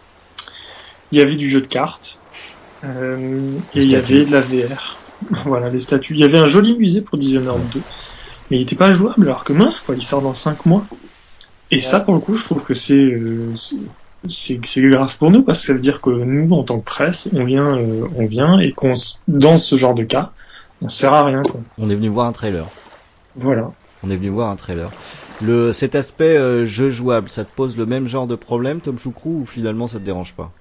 il y avait du jeu de cartes, euh, Les et il y statues. avait de la V R. Voilà, les statues. Il y avait un joli musée pour Dishonored Ouais. deux, mais il était pas jouable, alors que mince, quoi, il sort dans cinq mois. Et ça, pour le coup, je trouve que c'est, euh, c'est, c'est, c'est grave pour nous, parce que ça veut dire que nous, en tant que presse, on vient, euh, on vient, et qu'on, s- dans ce genre de cas, on sert à rien, quoi. On est venu voir un trailer. Voilà. On est venu voir un trailer. Le, cet aspect euh, jeu jouable, ça te pose le même genre de problème, Tom Choucrou, ou finalement ça te dérange pas?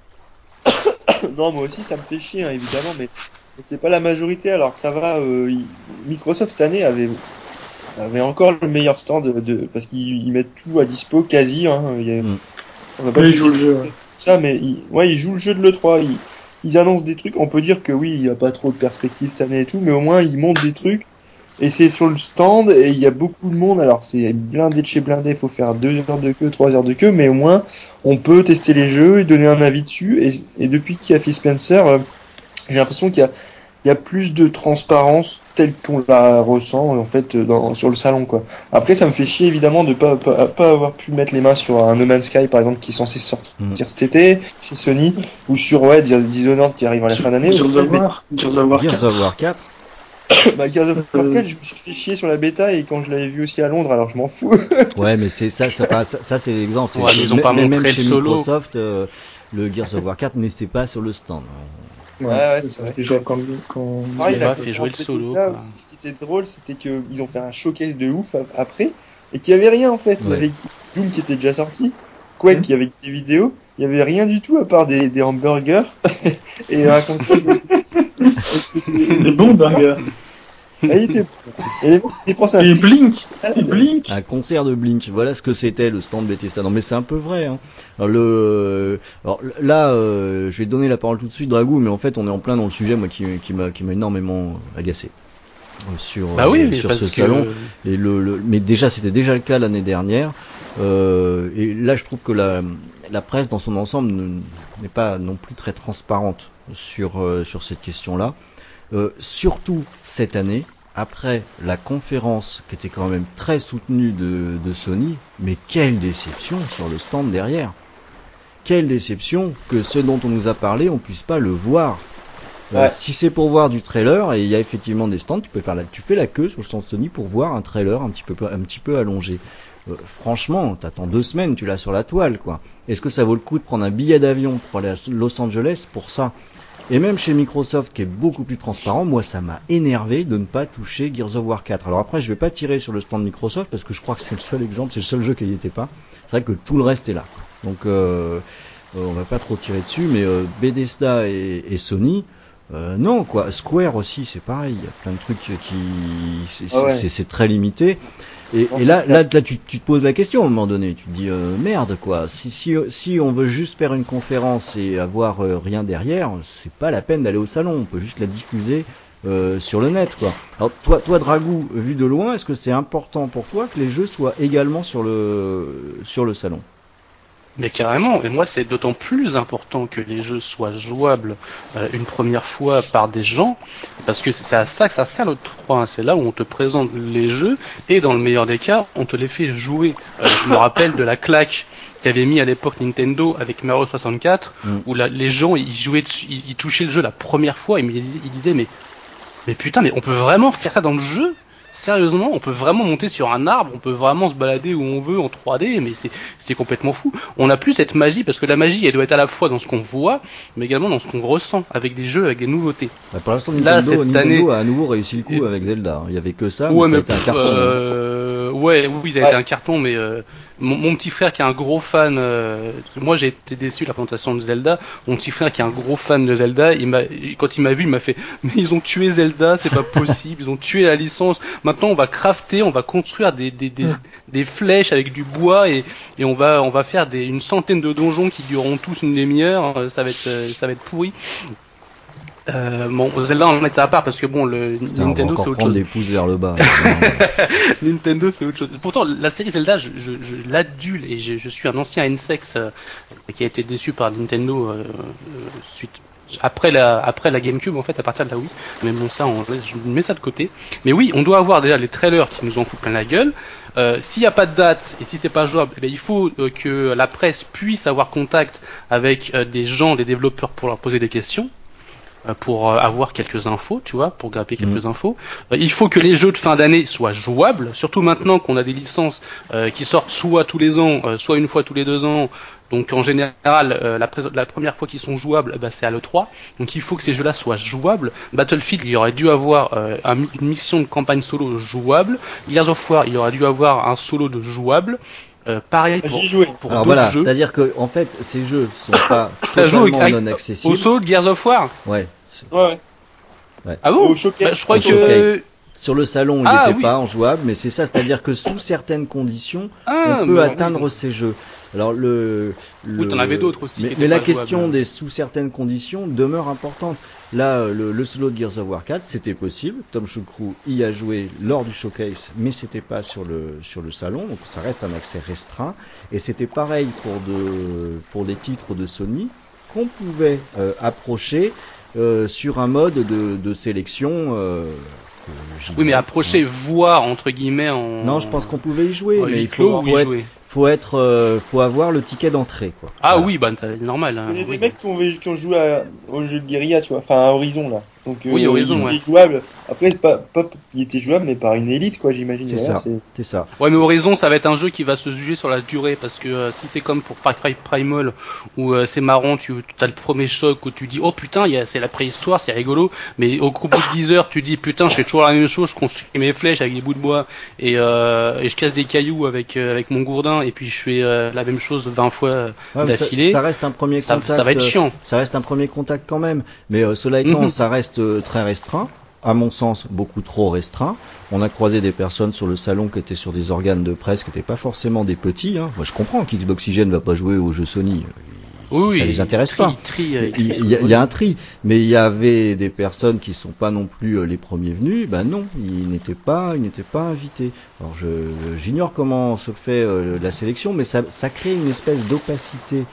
Non, moi aussi, ça me fait chier, hein, évidemment, mais, mais c'est pas la majorité. Alors, ça va. Euh, il- Microsoft cette année avait avait encore le meilleur stand de, de- parce qu'ils ils mettent tout à dispo quasi. Hein, il y a- Mm. on n'a pas Mais ils pu jouent le jeu. Ouais. discuter de ça, mais ils, ouais, ils jouent le jeu de l'E trois. Ils, ils annoncent des trucs. On peut dire que oui, il y a pas trop de perspectives cette année et tout, mais au moins ils montrent des trucs. Et c'est sur le stand et il y a beaucoup de monde. Alors c'est blindé de chez blindé. Il faut faire deux heures de queue, trois heures de queue, mais au moins on peut tester les jeux et donner un avis dessus. Et, et depuis qu'il y a Phil Spencer, euh, j'ai l'impression qu'il y a il y a plus de transparence telle qu'on la ressent en fait dans, sur le salon quoi. Après ça me fait chier évidemment de pas, pas pas avoir pu mettre les mains sur un No Man's Sky par exemple qui est censé sortir Mm. cet été chez Sony ou sur ouais Dishonored qui arrive à la fin d'année. Au Gears final, of War, Gears of War Gears of quatre. War quatre. bah, Gears of War Euh, quatre, je me suis fait chier sur la bêta et quand je l'avais vu aussi à Londres alors je m'en fous. Ouais, mais c'est ça, ça, pas- ça, ça, c'est l'exemple. C'est, Ouais, c'est- mais ils ont pas même même montré le chez solo. Microsoft, euh, le Gears of War quatre n'était pas sur le stand. Ouais, ouais, ouais, c'est c'est ça. vrai. Déjà, quand, quand, Pareil, la Bah, fait jouer conférence le solo, Bethesda quoi. aussi, ce qui était drôle, c'était que ils ont fait un showcase de ouf a- après, et qu'il y avait rien en fait. Il y Ouais. avait Doom qui était déjà sorti, Quake Hmm. qui avait des vidéos, il y avait rien du tout à part des, des hamburgers et un concert de et c'était des c'était bons bizarre. burgers. Ah, il était bon. Et les mecs ils dépensent un Et fric Blink, et malade. Blink. Un concert de Blink, voilà ce que c'était le stand Bethesda. Non mais c'est un peu vrai. Hein. Alors, le, alors là, euh, je vais donner la parole tout de suite, Dragou, mais en fait on est en plein dans le sujet moi qui, qui m'a, qui m'a énormément agacé euh, sur Bah oui, euh, mais sur parce ce que salon. Et le, le, mais déjà c'était déjà le cas l'année dernière. Euh, et là je trouve que la, la presse dans son ensemble ne, n'est pas non plus très transparente sur euh, sur cette question-là. Euh, surtout cette année, après la conférence qui était quand même très soutenue de, de Sony, mais quelle déception sur le stand derrière. Quelle déception que ce dont on nous a parlé, on puisse pas le voir. Euh, Ouais. si c'est pour voir du trailer, et il y a effectivement des stands, tu peux faire la, tu fais la queue sur le stand Sony pour voir un trailer un petit peu, un petit peu allongé. Euh, franchement, t'attends deux semaines, tu l'as sur la toile, quoi. Est-ce que ça vaut le coup de prendre un billet d'avion pour aller à Los Angeles pour ça? Et même chez Microsoft, qui est beaucoup plus transparent, moi ça m'a énervé de ne pas toucher Gears of War quatre. Alors après, je vais pas tirer sur le stand Microsoft parce que je crois que c'est le seul exemple, c'est le seul jeu qui n'y était pas. C'est vrai que tout le reste est là. Donc euh, euh, on va pas trop tirer dessus, mais euh, Bethesda et, et Sony, euh, non quoi. Square aussi, c'est pareil. Il y a plein de trucs qui, c'est, Ah ouais. c'est, c'est très limité. Et, Non, et c'est là, clair. là, là, tu, tu te poses la question à un moment donné. Tu te dis euh, merde quoi. Si, si, si on veut juste faire une conférence et avoir euh, rien derrière, c'est pas la peine d'aller au salon. On peut juste la diffuser euh, sur le net, quoi. Alors toi, toi Dragou, vu de loin, est-ce que c'est important pour toi que les jeux soient également sur le sur le salon? Mais carrément, et moi c'est d'autant plus important que les jeux soient jouables euh, une première fois par des gens, parce que c'est à ça que ça sert le trois, hein. C'est là où on te présente les jeux, et dans le meilleur des cas, on te les fait jouer. Euh, je me rappelle de la claque qu'avait mis à l'époque Nintendo avec Mario soixante-quatre, Mm. où la, les gens ils jouaient, dessus, ils, ils touchaient le jeu la première fois, et ils, me disaient- ils disaient mais, mais putain, mais on peut vraiment faire ça dans le jeu? Sérieusement, on peut vraiment monter sur un arbre, on peut vraiment se balader où on veut en trois D, mais c'est c'est complètement fou. On n'a plus cette magie, parce que la magie, elle doit être à la fois dans ce qu'on voit, mais également dans ce qu'on ressent, avec des jeux, avec des nouveautés. Bah, pour l'instant, Là, Nintendo, cette Nintendo année, a à nouveau réussi le coup avec Zelda. Il y avait que ça, mais ouais, ça a mais été un pff, carton. hein. euh, ouais, oui, ça a Ouais. été un carton, mais euh, mon, mon petit frère qui est un gros fan, euh, moi j'ai été déçu de la présentation de Zelda. Mon petit frère qui est un gros fan de Zelda, il m'a, quand il m'a vu, il m'a fait, mais ils ont tué Zelda, c'est pas possible, ils ont tué la licence. Maintenant, on va crafter, on va construire des des des, des flèches avec du bois et et on va on va faire des une centaine de donjons qui dureront tous une demi-heure. Ça va être euh, ça va être pourri. Euh, bon, Zelda, on va mettre ça à part parce que bon, le Putain, on va Nintendo c'est encore autre prendre chose. des pouces vers le bas. là. Nintendo, c'est autre chose. Pourtant, la série Zelda, je, je, je l'adule et je, je suis un ancien N sex euh, qui a été déçu par Nintendo euh, euh, suite après la après la GameCube en fait à partir de la Wii. Mais bon, ça, on laisse, je mets ça de côté. Mais oui, on doit avoir déjà les trailers qui nous en foutent plein la gueule. Euh, s'il n'y a pas de date et si c'est pas jouable, eh bien, il faut euh, que la presse puisse avoir contact avec euh, des gens, des développeurs pour leur poser des questions, pour avoir quelques infos, tu vois, pour grapper quelques Mm. infos. Euh, il faut que les jeux de fin d'année soient jouables, surtout maintenant qu'on a des licences euh, qui sortent soit tous les ans, euh, soit une fois tous les deux ans. Donc en général, euh, la, pré- la première fois qu'ils sont jouables, bah, c'est à l'E trois. Donc il faut que ces jeux-là soient jouables. Battlefield, il aurait dû avoir euh, un, une mission de campagne solo jouable. Gears of War, il aurait dû avoir un solo de jouable. Euh, pareil pour, J'y ai joué. pour Alors d'autres voilà, jeux. c'est-à-dire que en fait, ces jeux sont pas T'as joué totalement au, non au accessibles. solo de Gears of War? Ouais. Ouais, ouais. Ah bon? Au showcase. Bah, je crois Au que... showcase. Sur le salon, il Ah, n'était oui. pas en jouable, mais c'est ça, c'est-à-dire que sous certaines conditions, Ah, on mais peut alors, atteindre oui, donc- ces jeux. Alors le, le Oui, t'en avais d'autres aussi mais, qui étaient mais la pas question jouables. des sous certaines conditions demeure importante. Là, le, le solo de Gears of War quatre, c'était possible. Tom Choucrou y a joué lors du showcase, mais c'était pas sur le sur le salon, donc ça reste un accès restreint. Et c'était pareil pour de pour des titres de Sony qu'on pouvait euh, approcher euh, sur un mode de, de sélection. Euh, que Oui, mais j'ignore, approcher, hein. voir, entre guillemets, en... Non, je pense qu'on pouvait y jouer, en mais huis il clos faut, ou faut y être, jouer. faut être, euh, faut avoir le ticket d'entrée, quoi. Ah Voilà. oui, bah c'est normal. Je Hein, connais oui. des mecs qui ont, qui ont joué à, au jeu de guérilla, tu vois, enfin à Horizon là. Donc Oui, euh, Horizon, il ouais. était jouable. Après, c'est pas, pas, il était jouable, mais par une élite, quoi, j'imagine. C'est Voilà, ça, c'est. c'est ça. Ouais, mais Horizon, ça va être un jeu qui va se juger sur la durée, parce que euh, si c'est comme pour Far Cry Primal, où euh, c'est marrant, tu as le premier choc où tu dis, oh putain, y a, c'est la préhistoire, c'est rigolo, mais au, au bout de dix heures, tu dis, putain, je fais toujours la même chose, je construis mes flèches avec des bouts de bois, et, euh, et je casse des cailloux avec, euh, avec mon gourdin, et puis je fais euh, la même chose vingt fois euh, Ouais, mais ça, d'affilée, ça reste un premier ça, contact. ça va être euh, chiant. Ça reste un premier contact quand même. Mais euh, cela étant, Mhm. ça reste euh, très restreint. À mon sens, beaucoup trop restreint. On a croisé des personnes sur le salon qui étaient sur des organes de presse qui n'étaient pas forcément des petits. Hein. Moi, je comprends qu'Xboxygène va pas jouer aux jeux Sony. Oui, Ça les intéresse tri, pas. tri, Mais euh, il y, y, y a un tri, mais il y avait des personnes qui sont pas non plus euh, les premiers venus. Ben non, ils n'étaient pas, ils n'étaient pas invités. Alors je, j'ignore comment se fait euh, la sélection, mais ça, ça crée une espèce d'opacité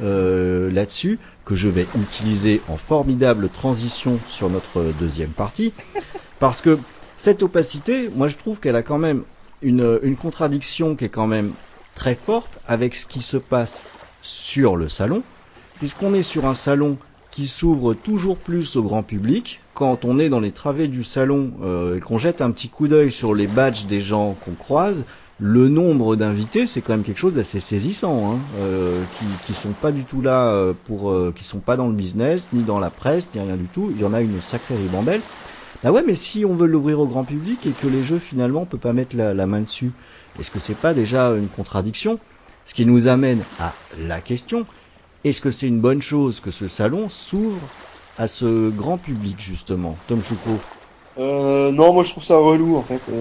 euh, là-dessus que je vais utiliser en formidable transition sur notre deuxième partie, parce que cette opacité, moi je trouve qu'elle a quand même une, une contradiction qui est quand même très forte avec ce qui se passe sur le salon, puisqu'on est sur un salon qui s'ouvre toujours plus au grand public. Quand on est dans les travées du salon euh, et qu'on jette un petit coup d'œil sur les badges des gens qu'on croise, le nombre d'invités, c'est quand même quelque chose d'assez saisissant, hein, euh, qui, qui sont pas du tout là pour, euh, qui sont pas dans le business, ni dans la presse, ni rien du tout. Il y en a une sacrée ribambelle. Bah ouais, mais si on veut l'ouvrir au grand public et que les jeux finalement on peut pas mettre la, la main dessus, est-ce que c'est pas déjà une contradiction? Ce qui nous amène à la question: est-ce que c'est une bonne chose que ce salon s'ouvre à ce grand public justement, Tom Choucrou? Euh, non, moi je trouve ça relou en fait.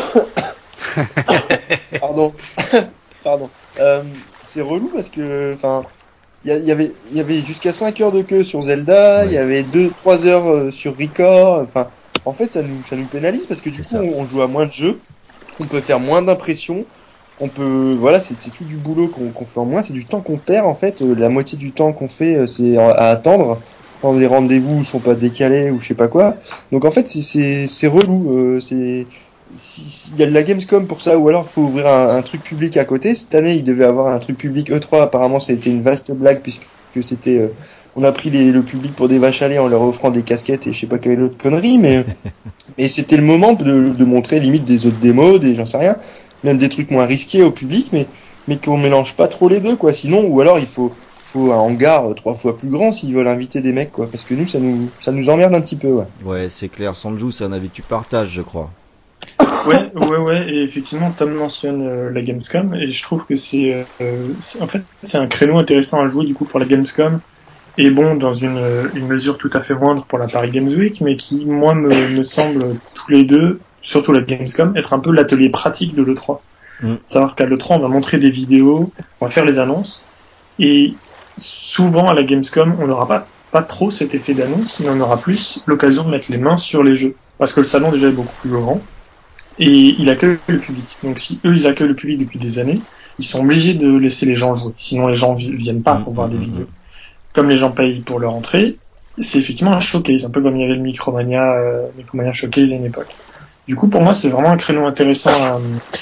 Euh... Pardon, pardon. Euh, c'est relou parce que, enfin, il y, y avait, il y avait jusqu'à cinq heures de queue sur Zelda, il Ouais. y avait deux, trois heures euh, sur Record. Enfin, en fait, ça nous, ça nous pénalise parce que du C'est coup, ça. on, on joue à moins de jeux, on peut faire moins d'impressions, on peut, voilà, c'est, c'est tout du boulot qu'on, qu'on fait en moins, c'est du temps qu'on perd en fait. Euh, la moitié du temps qu'on fait, euh, c'est à, à attendre quand les rendez-vous sont pas décalés ou je sais pas quoi. Donc en fait, c'est, c'est, c'est relou. Euh, c'est, si, si- il y a de la Gamescom pour ça, ou alors faut ouvrir un, un truc public à côté. Cette année, il devait avoir un truc public E trois. Apparemment, ça a été une vaste blague puisque c'était, euh, on a pris les, le public pour des vaches à lait en leur offrant des casquettes et je sais pas quelle autre connerie, mais mais c'était le moment de, de montrer limite des autres démos, des j'en sais rien, même des trucs moins risqués au public, mais mais qu'on mélange pas trop les deux quoi. Sinon, ou alors il faut faut un hangar euh, trois fois plus grand s'ils veulent inviter des mecs quoi, parce que nous ça nous ça nous emmerde un petit peu ouais. Ouais, c'est clair. Sanju, c'est un avis que tu partages, je crois. Ouais, ouais, ouais, et effectivement, Tom mentionne euh, la Gamescom, et je trouve que c'est, euh, c'est- en fait, c'est un créneau intéressant à jouer, du coup, pour la Gamescom, et bon, dans une, euh, une mesure tout à fait moindre pour la Paris Games Week, mais qui, moi, me, me semble, tous les deux, surtout la Gamescom, être un peu l'atelier pratique de l'E trois. Mm. Savoir qu'à l'E trois, on va montrer des vidéos, on va faire les annonces, et souvent, à la Gamescom, on n'aura pas, pas trop cet effet d'annonce, mais on aura plus l'occasion de mettre les mains sur les jeux. Parce que le salon, déjà, est beaucoup plus grand, et il accueille le public. Donc si eux ils accueillent le public depuis des années, ils sont obligés de laisser les gens jouer. Sinon les gens vi- viennent pas Mm, pour mm, voir des mm, mm. vidéos. Comme les gens payent pour leur entrée, c'est effectivement un showcase, un peu comme il y avait le Micromania, euh, Micromania Showcase à une époque. Du coup pour moi c'est vraiment un créneau intéressant à,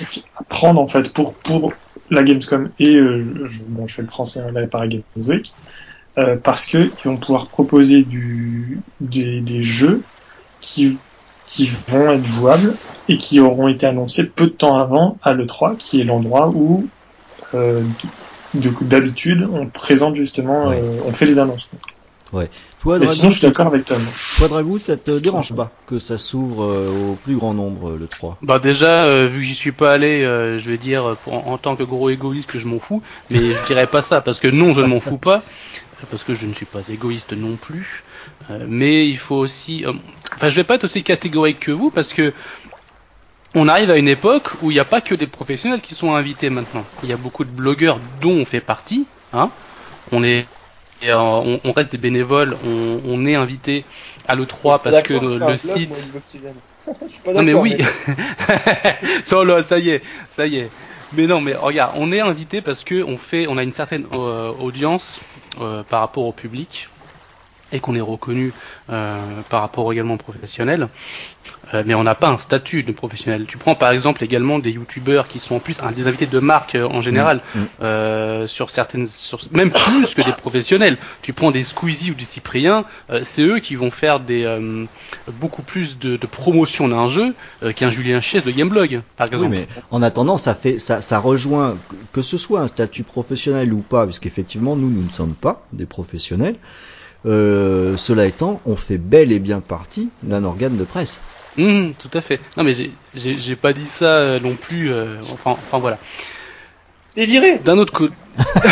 à prendre en fait pour pour la Gamescom et euh, je, bon je fais le français hein, la Paris Games Week euh, parce que ils vont pouvoir proposer du des, des jeux qui, qui vont être jouables et qui auront été annoncés peu de temps avant à l'E trois, qui est l'endroit où euh, de, d'habitude on présente justement, Ouais. euh, on fait les annonces. Ouais. Toi, Mais sinon, Dragou, je suis d'accord avec Tom. toi, Dragou, ça te dérange pas que ça s'ouvre euh, au plus grand nombre, euh, le trois? Bah déjà, euh, vu que j'y suis pas allé, euh, je vais dire euh, pour, en, en tant que gros égoïste que je m'en fous, mais je dirais pas ça parce que non, je ne m'en fous pas, parce que je ne suis pas égoïste non plus. Euh, mais il faut aussi, euh, enfin, je vais pas être aussi catégorique que vous parce que on arrive à une époque où il n'y a pas que des professionnels qui sont invités maintenant. Il y a beaucoup de blogueurs dont on fait partie. Hein. On est, et, euh, on, on reste des bénévoles, on, on est invité à l'E Mais je trois suis pas parce que d'accord, je le, fais un le blog moi site. Xboxygène. Je suis pas Non mais d'accord mais oui, bon. ça, là, ça y est, ça y est. Mais non, mais regarde, on est invité parce que on fait, on a une certaine euh, audience euh, par rapport au public et qu'on est reconnu euh, par rapport également aux professionnels. Euh, mais on n'a pas un statut de professionnel. Tu prends par exemple également des youtubeurs qui sont en plus un, des invités de marque euh, en Mm, général, mm. euh, sur certaines, sur, même plus que des professionnels. Tu prends des Squeezie ou des Cyprien, euh, c'est eux qui vont faire des euh, beaucoup plus de, de promotion d'un jeu euh, qu'un Julien Chies de Gameblog, par Oui, exemple. mais en attendant, ça fait, ça, ça rejoint que, que ce soit un statut professionnel ou pas, puisqu'effectivement, nous, nous ne sommes pas des professionnels. Euh, cela étant, on fait bel et bien partie d'un organe de presse. Mmh, tout à fait. Non mais j'ai j'ai j'ai pas dit ça euh, non plus. Euh, enfin enfin voilà. T'es viré. D'un autre côté,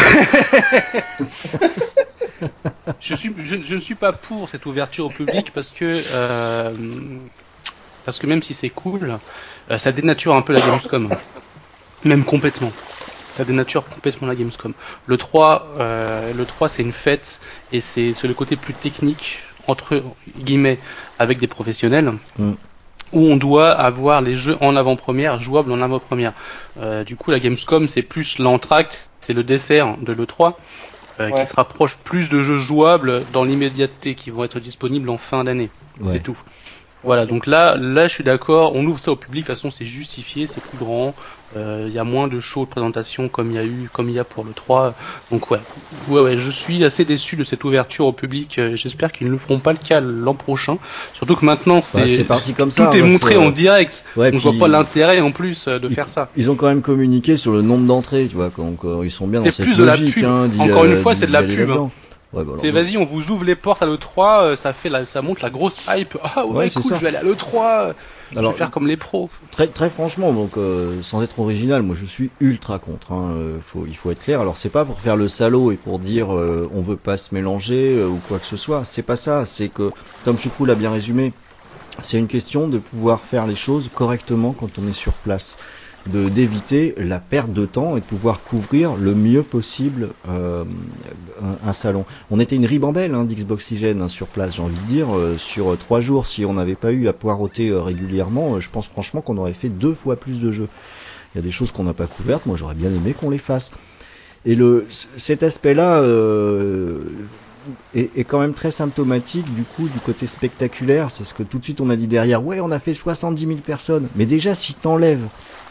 je suis je, je ne suis pas pour cette ouverture au public parce que euh, parce que même si c'est cool, euh, ça dénature un peu la Gamescom, même complètement. Ça dénature complètement la Gamescom. Le trois, euh, le trois c'est une fête et c'est c'est le côté plus technique entre guillemets avec des professionnels. Mm. Où on doit avoir les jeux en avant-première, jouables en avant-première. Euh, du coup, la Gamescom, c'est plus l'entracte, c'est le dessert de l'E trois, euh, qui Ouais. se rapproche plus de jeux jouables dans l'immédiateté, qui vont être disponibles en fin d'année. C'est Ouais. tout. Voilà, Ok. donc là, là, je suis d'accord. On ouvre ça au public. De toute façon, c'est justifié, c'est plus grand. Il euh, y a moins de shows de présentation comme il y a eu, comme il y a pour le trois. Donc ouais, ouais, ouais, je suis assez déçu de cette ouverture au public. Euh, J'espère qu'ils ne feront pas le cas l'an prochain. Surtout que maintenant, Bah, c'est c'est parti comme tout ça, hein, est parce montré que, en direct. ouais, On voit pas puis, l'intérêt en plus euh, de ils, faire ça. ils ont quand même communiqué sur le nombre d'entrées, tu vois, donc euh, ils sont bien dans C'est cette plus de la logique, pub. hein, d'y, Encore une euh, fois, d'y c'est de d'y la aller pub. Hein. là-dedans. Ouais, bah, alors, C'est vas-y, on vous ouvre les portes à l'E trois, euh, ça fait la, ça montre la grosse hype. Ah ouais, ouais, c'est cool, ça. je vais aller à l'E trois, je vais Alors, faire comme les pros. Très, très franchement, donc euh, sans être original, moi je suis ultra contre. Hein, euh, faut, il faut être clair. Alors c'est pas pour faire le salaud et pour dire euh, on veut pas se mélanger euh, ou quoi que ce soit. C'est pas ça. C'est que comme Choucrou l'a bien résumé, c'est une question de pouvoir faire les choses correctement quand on est sur place. de d'éviter la perte de temps et de pouvoir couvrir le mieux possible euh, un, un salon. On était une ribambelle hein, d'Xboxygène hein, sur place, j'ai envie de dire, euh, sur trois jours, si on n'avait pas eu à poireauter euh, régulièrement, euh, je pense franchement qu'on aurait fait deux fois plus de jeux. Il y a des choses qu'on n'a pas couvertes, moi j'aurais bien aimé qu'on les fasse. Et le cet aspect-là euh, est, est quand même très symptomatique du coup du côté spectaculaire. C'est ce que tout de suite on a dit derrière. Ouais, on a fait soixante-dix mille personnes. Mais déjà, si t'enlèves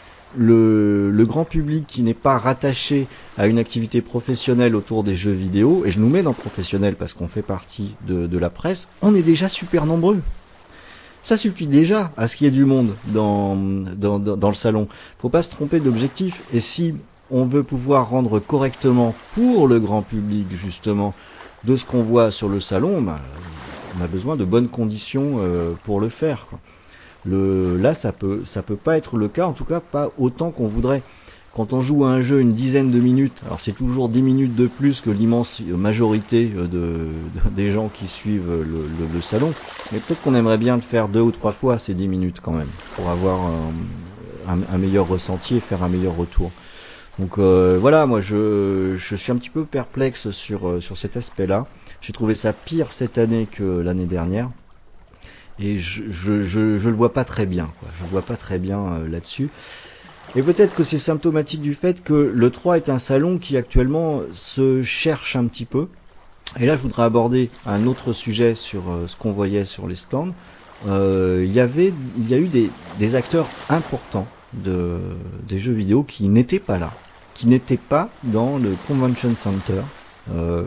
le, le grand public qui n'est pas rattaché à une activité professionnelle autour des jeux vidéo, et je nous mets dans professionnel parce qu'on fait partie de, de la presse, on est déjà super nombreux. Ça suffit déjà à ce qu'il y ait du monde dans, dans, dans, dans le salon. Faut pas se tromper d'objectif. Et si on veut pouvoir rendre correctement pour le grand public justement de ce qu'on voit sur le salon, bah, on a besoin de bonnes conditions euh, pour le faire, quoi. Le, là, ça peut, ça peut pas être le cas, en tout cas pas autant qu'on voudrait. Quand on joue à un jeu une dizaine de minutes, alors c'est toujours dix minutes de plus que l'immense majorité de, de, des gens qui suivent le, le, le salon, mais peut-être qu'on aimerait bien le faire deux ou trois fois ces dix minutes quand même, pour avoir un, un, un meilleur ressenti et faire un meilleur retour. Donc euh, voilà, moi je, je suis un petit peu perplexe sur, sur cet aspect-là. J'ai trouvé ça pire cette année que l'année dernière. Et je, je, je, je le vois pas très bien, quoi. Je le vois pas très bien euh, là-dessus. Et peut-être que c'est symptomatique du fait que le trois est un salon qui actuellement se cherche un petit peu. Et là, je voudrais aborder un autre sujet sur euh, ce qu'on voyait sur les stands. Euh, il y avait, il y a eu des, des acteurs importants de, des jeux vidéo qui n'étaient pas là, qui n'étaient pas dans le Convention Center, euh,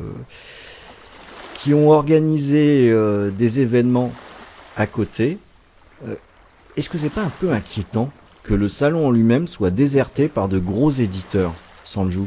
qui ont organisé euh, des événements à côté. Euh, est-ce que c'est pas un peu inquiétant que le salon en lui-même soit déserté par de gros éditeurs, Sanju?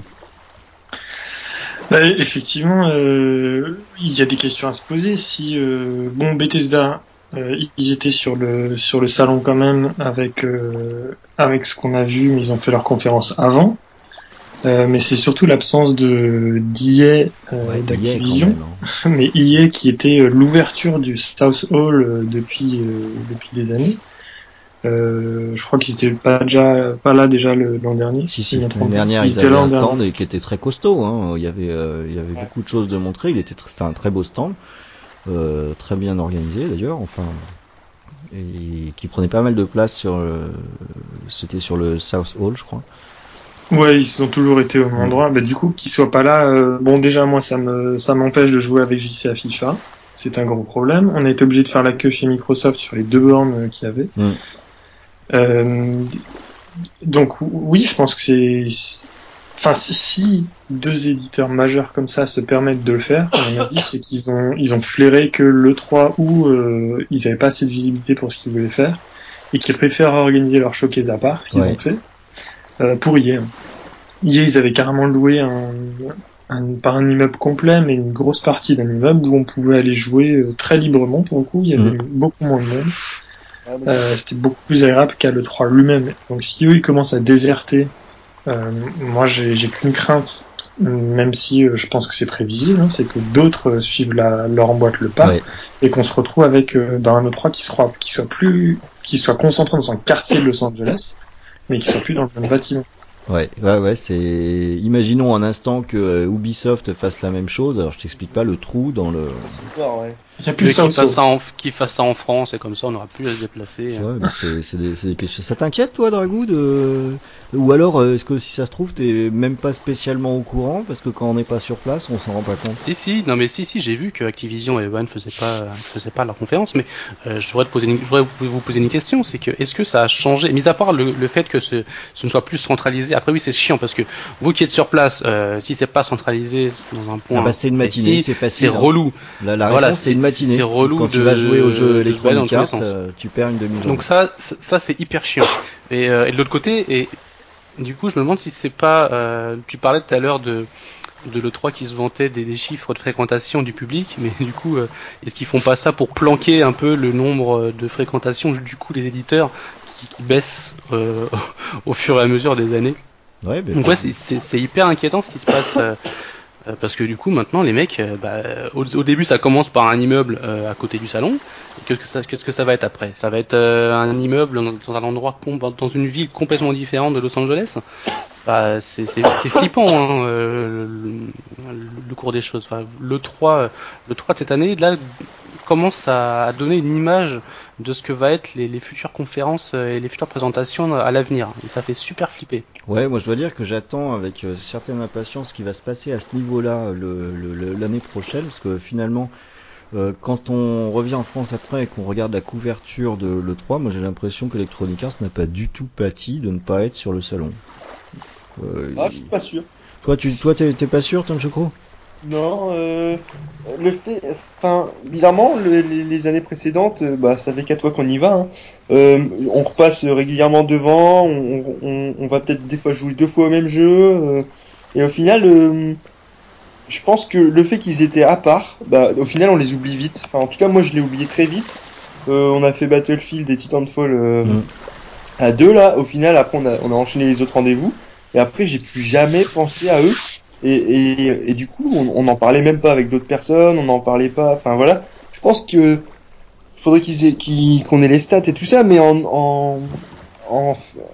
Bah, effectivement, euh, il y a des questions à se poser. Si euh, bon, Bethesda, euh, ils étaient sur le sur le salon quand même avec euh, avec ce qu'on a vu, mais ils ont fait leur conférence avant. Euh, mais c'est surtout l'absence de d'E A, euh, Ouais, d'Activision, même, hein. mais E A qui était euh, l'ouverture du South Hall euh, depuis euh, depuis des années. Euh, je crois qu'ils étaient pas déjà pas là déjà le, l'an dernier. Si, Si je si. me L'année trompe pas. dernière, Ils ils étaient avaient là l'an un dernier. stand et qui était très costaud, hein. Il y avait, euh, il y avait Ouais. beaucoup de choses de montrer. Il était, tr- c'était un très beau stand, euh, très bien organisé d'ailleurs. Enfin, et qui prenait pas mal de place sur, euh, c'était sur le South Hall, je crois. Ouais, ils ont toujours été au même endroit. Bah, du coup, qu'ils soient pas là, euh, bon, déjà, moi, ça me, ça m'empêche de jouer avec J C à FIFA. C'est un gros problème. On a été obligé de faire la queue chez Microsoft sur les deux bornes euh, qu'il y avait. Mm. Euh, donc, oui, je pense que c'est, enfin, si, si deux éditeurs majeurs comme ça se permettent de le faire, à mon avis, c'est qu'ils ont, ils ont flairé que le trois ou euh, ils avaient pas assez de visibilité pour ce qu'ils voulaient faire et qu'ils préfèrent organiser leur showcase à part, ce qu'ils Ouais. ont fait, euh, pour y aller. Hier, ils avaient carrément loué un, un, pas un immeuble complet, mais une grosse partie d'un immeuble où on pouvait aller jouer euh, très librement. Pour le coup, il y avait Mm. beaucoup moins de monde. Ah, mais- Euh, c'était beaucoup plus agréable qu'à l'E trois lui-même. Donc si eux, ils commencent à déserter, euh, moi, j'ai, j'ai qu'une crainte, même si euh, je pense que c'est prévisible, hein, c'est que d'autres euh, suivent la, leur emboîte le pas, Ouais. et qu'on se retrouve avec euh, ben, un E trois qui, sera, qui soit plus, qui soit concentré dans un quartier de Los Angeles, mais qui soit plus dans le même bâtiment. Ouais, ouais, ouais, c'est. Imaginons un instant que euh, Ubisoft fasse la même chose. Alors, je t'explique pas le trou dans le. C'est fort, ouais. Il n'y a plus Mais de qu'il South fasse Hall. ça en, qu'il fasse ça en France et comme ça on n'aura plus à se déplacer. Ouais, mais c'est, c'est, des, c'est des questions. Ça t'inquiète, toi, Dragou, de... Ou alors, euh, est-ce que si ça se trouve, t'es même pas spécialement au courant parce que quand on n'est pas sur place, on s'en rend pas compte. Si si, non mais si si, j'ai vu que Activision et One faisaient pas faisaient pas leur conférence, mais euh, je voudrais te poser une, je voudrais vous poser une question, c'est que est-ce que ça a changé, mis à part le, le fait que ce, ce ne soit plus centralisé. Après oui, c'est chiant parce que vous qui êtes sur place, euh, si c'est pas centralisé dans un Ah point bah c'est une matinée, précis, c'est c'est facile. Hein. relou. La, la Voilà, réponse c'est une c'est c'est matinée. relou Quand tu vas jouer aux jeux de de se balader dans Electronic tous les Arts, sens. euh, tu perds une demi-journée. Donc ça ça c'est hyper chiant. Et, euh, et de l'autre côté, et du coup je me demande si c'est pas, euh, tu parlais tout à l'heure de de l'E trois qui se vantait des, des chiffres de fréquentation du public, mais du coup, euh, est-ce qu'ils font pas ça pour planquer un peu le nombre de fréquentations du coup les éditeurs qui, qui baissent euh, au fur et à mesure des années? Ouais, mais Donc ouais, c'est, c'est, c'est hyper inquiétant ce qui se passe. Euh, Euh, parce que du coup maintenant les mecs, euh, bah, au, au début ça commence par un immeuble euh, à côté du salon. Qu'est-ce que ça, qu'est-ce que ça va être après? Ça va être euh, un immeuble dans, dans un endroit com- dans une ville complètement différente de Los Angeles. Bah, c'est, c'est, c'est flippant hein, euh, le, le cours des choses. Enfin, le trois, le trois de cette année là commence à, à donner une image de ce que va être les, les futures conférences et les futures présentations à l'avenir. Et ça fait super flipper. Ouais, moi je dois dire que j'attends avec euh, certaine impatience ce qui va se passer à ce niveau-là le, le- le- l'année prochaine, parce que finalement, euh, quand on revient en France après et qu'on regarde la couverture de l'E trois, moi j'ai l'impression qu'Electronic Arts n'a pas du tout pâti de ne pas être sur le salon. Euh, Ah, je suis pas sûr. Toi, tu, toi, t'es, t'es pas sûr, Tom Chocro? Non, euh, le fait, enfin, bizarrement, le- les, les années précédentes, euh, bah, ça fait quatre fois qu'on y va. Hein. Euh, on repasse régulièrement devant, on, on, on va peut-être des fois jouer deux fois au même jeu, euh, et au final, euh, je pense que le fait qu'ils étaient à part, bah, au final, on les oublie vite. Enfin, en tout cas, moi, je l'ai oublié très vite. Euh, on a fait Battlefield et Titanfall euh, Mm. à deux là. Au final, après, on a, on a enchaîné les autres rendez-vous, et après, j'ai plus jamais pensé à eux. Et, et, et du coup, on on n'en parlait même pas avec d'autres personnes, on n'en parlait pas. Enfin voilà, je pense que faudrait qu'ils aient, qu'ils, qu'on ait les stats et tout ça, mais en, en, en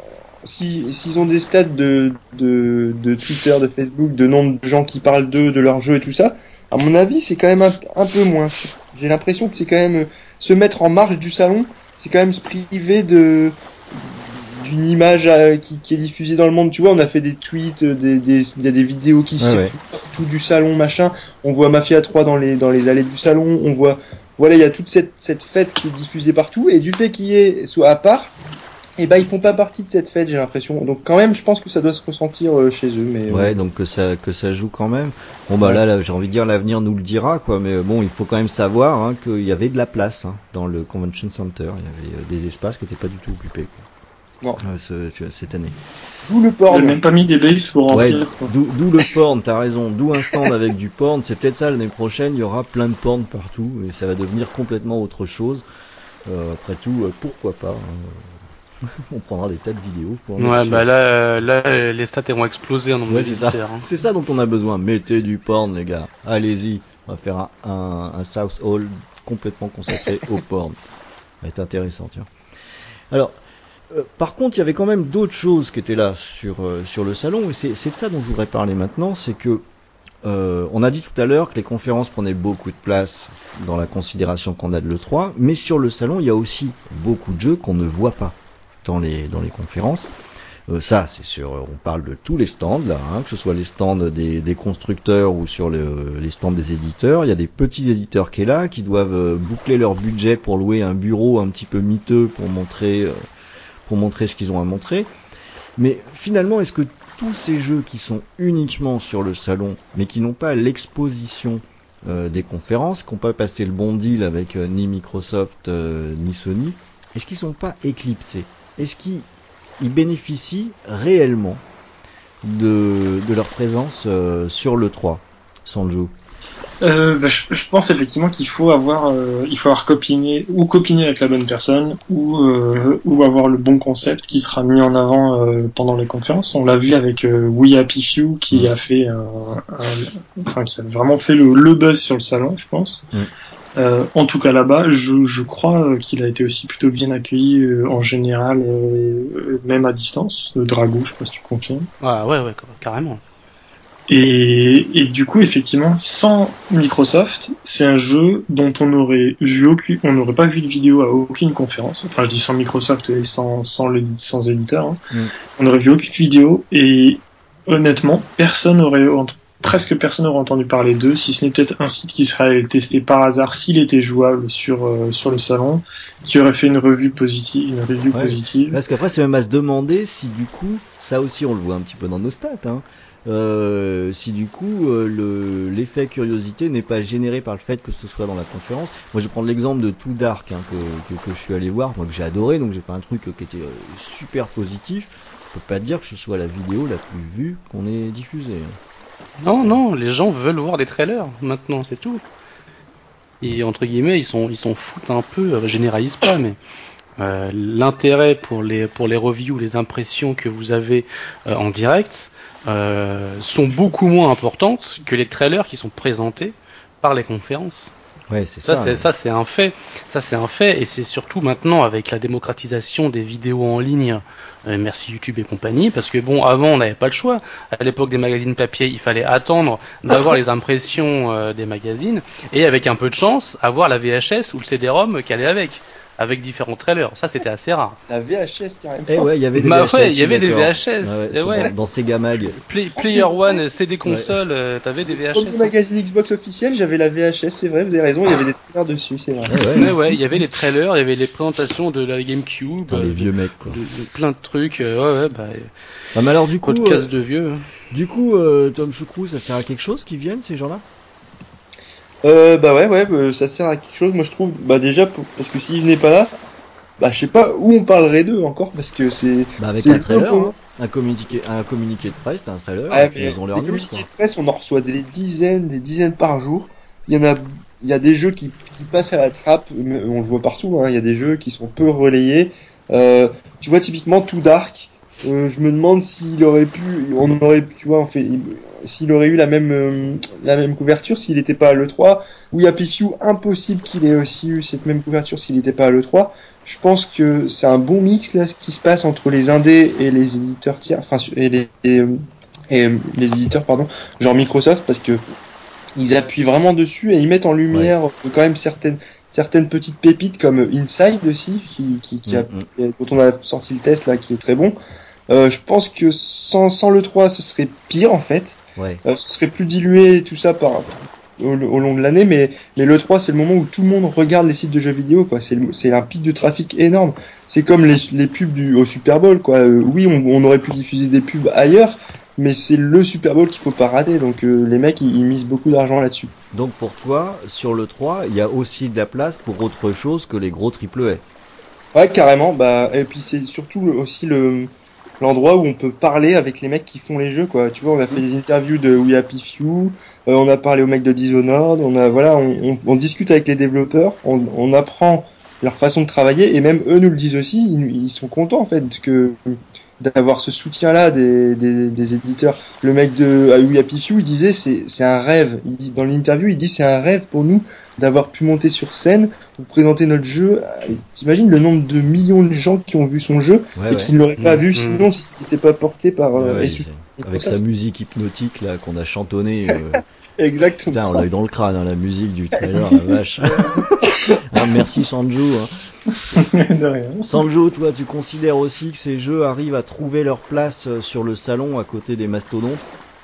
si, s'ils ont des stats de, de, de Twitter, de Facebook, de nombre de gens qui parlent d'eux, de leur jeu et tout ça, à mon avis, c'est quand même un, un peu moins. J'ai l'impression que c'est quand même euh, se mettre en marge du salon, c'est quand même se priver de d'une image euh, qui, qui est diffusée dans le monde. Tu vois, on a fait des tweets, euh, des, des, il y a des vidéos qui Ouais, ouais. circulent partout du salon, machin. On voit Mafia trois dans les, dans les allées du salon. On voit, voilà, il y a toute cette, cette fête qui est diffusée partout. Et du fait qu'il y ait, soit à part, et ben, ils font pas partie de cette fête, j'ai l'impression. Donc, quand même, je pense que ça doit se ressentir euh, chez eux, mais, euh, Ouais, donc que ça, que ça joue quand même. Bon bah ouais. là, là, j'ai envie de dire l'avenir nous le dira, quoi. Mais euh, bon, il faut quand même savoir hein, qu'il y avait de la place hein, dans le Convention Center. Il y avait euh, des espaces qui n'étaient pas du tout occupés, Non. quoi, euh, ce- ce- cette année. D'où le Ils porn. avaient même pas mis des bases pour Ouais, remplir, quoi. d'où d'où le porn, t'as raison. D'où un stand avec du porn. C'est peut-être ça l'année prochaine. Il y aura plein de porn partout et ça va devenir complètement autre chose. Euh, après tout, euh, pourquoi pas hein. On prendra des tas de vidéos pour en mettre Ouais, sur. bah là, euh, là, les stats elles vont exploser en nombre Ouais, de c'est ça. visiteurs. Hein. C'est ça dont on a besoin. Mettez du porn, les gars. Allez-y. On va faire un, un, un South Hall complètement consacré au porn. Ça va être intéressant, tiens. Alors, euh, par contre, il y avait quand même d'autres choses qui étaient là sur, euh, sur le salon. Et c'est, c'est de ça dont je voudrais parler maintenant. C'est que, euh, on a dit tout à l'heure que les conférences prenaient beaucoup de place dans la considération qu'on a de l'E trois. Mais sur le salon, il y a aussi beaucoup de jeux qu'on ne voit pas dans les, dans les conférences. Euh, ça, c'est sûr. On parle de tous les stands là, hein, que ce soit les stands des, des constructeurs ou sur le, les stands des éditeurs. Il y a des petits éditeurs qui est là, qui doivent euh, boucler leur budget pour louer un bureau un petit peu miteux pour montrer, euh, pour montrer ce qu'ils ont à montrer. Mais finalement, est-ce que tous ces jeux qui sont uniquement sur le salon, mais qui n'ont pas l'exposition euh, des conférences, qui n'ont pas passé le bon deal avec euh, ni Microsoft euh, ni Sony, est-ce qu'ils sont pas éclipsés? Est-ce qu'ils ils bénéficient réellement de, de leur présence euh, sur l'E trois, Sanjo? Euh, bah, je, je pense effectivement qu'il faut avoir, euh, il faut avoir copiné ou copiner avec la bonne personne ou euh, ou avoir le bon concept qui sera mis en avant euh, pendant les conférences. On l'a vu avec euh, We Happy Few qui Mm. a fait, un, un- enfin qui a vraiment fait le, le buzz sur le salon, je pense. Mm. Euh, en tout cas là-bas, je, je crois qu'il a été aussi plutôt bien accueilli euh, en général, euh, même à distance. Euh, Dragou, je sais pas si tu confirmes. Ah ouais, ouais, carrément. Et, et du coup, effectivement, sans Microsoft, c'est un jeu dont on aurait vu aucune, on n'aurait pas vu de vidéo à aucune conférence. Enfin, je dis sans Microsoft et sans sans l'édite, sans éditeur. Hein. Mm. On n'aurait vu aucune vidéo et honnêtement, personne n'aurait presque personne n'aurait entendu parler d'eux, si ce n'est peut-être un site qui serait allé le tester par hasard s'il était jouable sur euh, sur le salon, qui aurait fait une revue positive, une review Ouais, positive. parce qu'après c'est même à se demander si du coup, ça aussi on le voit un petit peu dans nos stats, hein, euh, si du coup euh, le, l'effet curiosité n'est pas généré par le fait que ce soit dans la conférence. Moi je vais prendre l'exemple de Too Dark hein, que, que, que je suis allé voir, moi que j'ai adoré, donc j'ai fait un truc qui était euh, super positif. Je peux pas dire que ce soit la vidéo la plus vue qu'on ait diffusée. Hein. Non, non, les gens veulent voir des trailers maintenant, c'est tout. Et entre guillemets, ils sont, ils s'en foutent un peu, euh, généralise pas, mais euh, l'intérêt pour les pour les reviews, les impressions que vous avez euh, en direct euh, sont beaucoup moins importantes que les trailers qui sont présentés par les conférences. Ouais, c'est Ça, ça. c'est, ouais. ça, c'est un fait. Ça, c'est un fait. Et c'est surtout maintenant avec la démocratisation des vidéos en ligne, euh, merci YouTube et compagnie, parce que bon, avant, on n'avait pas le choix. À l'époque des magazines papier, il fallait attendre d'avoir les impressions euh, des magazines, et avec un peu de chance, avoir la V H S ou le C D-ROM qui allait avec, avec différents trailers. Ça, c'était assez rare. La V H S carrément. Eh ouais, il y avait des Bah V H S. ouais, je il y suis avait des d'accord. V H S. Ouais, ouais, Et sur- ouais. Dans, dans Sega Mag. Play- Ah, Player c'est One, vrai. C D console, euh, t'avais des V H Premier S. Hein. magazine Xbox officiel, j'avais la V H S, c'est vrai, vous avez raison, il y avait des trailers dessus, c'est vrai. Eh ouais. Mais hein. ouais, il y avait les trailers, il y avait les présentations de la GameCube, Putain, les euh, vieux mecs, quoi. de, de plein de trucs. euh, ouais, ouais, bah, Ah, mais alors, du coup, podcast euh, de vieux. du coup, euh, Tom Choucrou, ça sert à quelque chose qu'ils viennent, ces gens-là? Euh, bah ouais, ouais, bah, ça sert à quelque chose, moi je trouve, bah déjà, pour- parce que s'ils venaient pas là, bah je sais pas où on parlerait d'eux encore, parce que c'est, Bah, avec c'est un le trailer, moment. hein. Un communiqué, un communiqué de presse, un trailer, et Ouais, puis mais ils ont leur des news, communiqués quoi. de presse, on en reçoit des dizaines, des dizaines par jour. Il y en a, il y a des jeux qui, qui passent à la trappe, mais on le voit partout, hein. Il y a des jeux qui sont peu relayés. Euh, tu vois, typiquement, Too Dark, euh, je me demande s'il aurait pu, on aurait, tu vois, on fait, s'il aurait eu la même, euh, la même couverture s'il n'était pas à l'E trois. Ou il y a Pichu, impossible qu'il ait aussi eu cette même couverture s'il n'était pas à l'E trois. Je pense que c'est un bon mix, là, ce qui se passe entre les indés et les éditeurs tiers, enfin, et les, et, euh, et euh, les éditeurs, pardon, genre Microsoft, parce que ils appuient vraiment dessus et ils mettent en Ouais. lumière euh, quand même certaines certaines petites pépites comme Inside aussi, qui, qui, qui a, Mm, mm. dont on a sorti le test là, qui est très bon. Euh, je pense que sans, sans le trois, ce serait pire en fait. Ouais. Euh, ce serait plus dilué et tout ça par au, au long de l'année, mais, mais le trois, c'est le moment où tout le monde regarde les sites de jeux vidéo, quoi. C'est, le- c'est un pic de trafic énorme. C'est comme les, les pubs du, au Super Bowl, quoi. Euh, oui, on, on aurait pu diffuser des pubs ailleurs, mais c'est le Super Bowl qu'il faut pas rater. Donc euh, les mecs, ils, ils misent beaucoup d'argent là-dessus. Donc pour toi, sur le trois, il y a aussi de la place pour autre chose que les gros triple A. Ouais, carrément. Bah, et puis c'est surtout le- aussi le l'endroit où on peut parler avec les mecs qui font les jeux, quoi. Tu vois, on a fait des interviews de We Happy Few, euh, on a parlé aux mecs de Dishonored, on a voilà, on, on, on discute avec les développeurs, on, on apprend leur façon de travailler et même eux nous le disent aussi, ils, ils sont contents en fait que d'avoir ce soutien-là des, des, des éditeurs. Le mec de We Happy Few, il disait c'est c'est un rêve. Il dit, dans l'interview, il dit c'est un rêve pour nous d'avoir pu monter sur scène pour présenter notre jeu. Et t'imagines le nombre de millions de gens qui ont vu son jeu Ouais, et ouais. qui ne l'auraient pas Mmh, vu mmh. sinon s'il n'était pas porté par Ouais, euh, ouais, et su- c'est- avec sa musique hypnotique là qu'on a chantonné. Euh... Exactement. Putain, on l'a eu dans le crâne, hein, la musique du trailer, la vache. Ah, merci Sanjo. Hein. De rien. Sanjo, toi, tu considères aussi que ces jeux arrivent à trouver leur place euh, sur le salon à côté des mastodontes?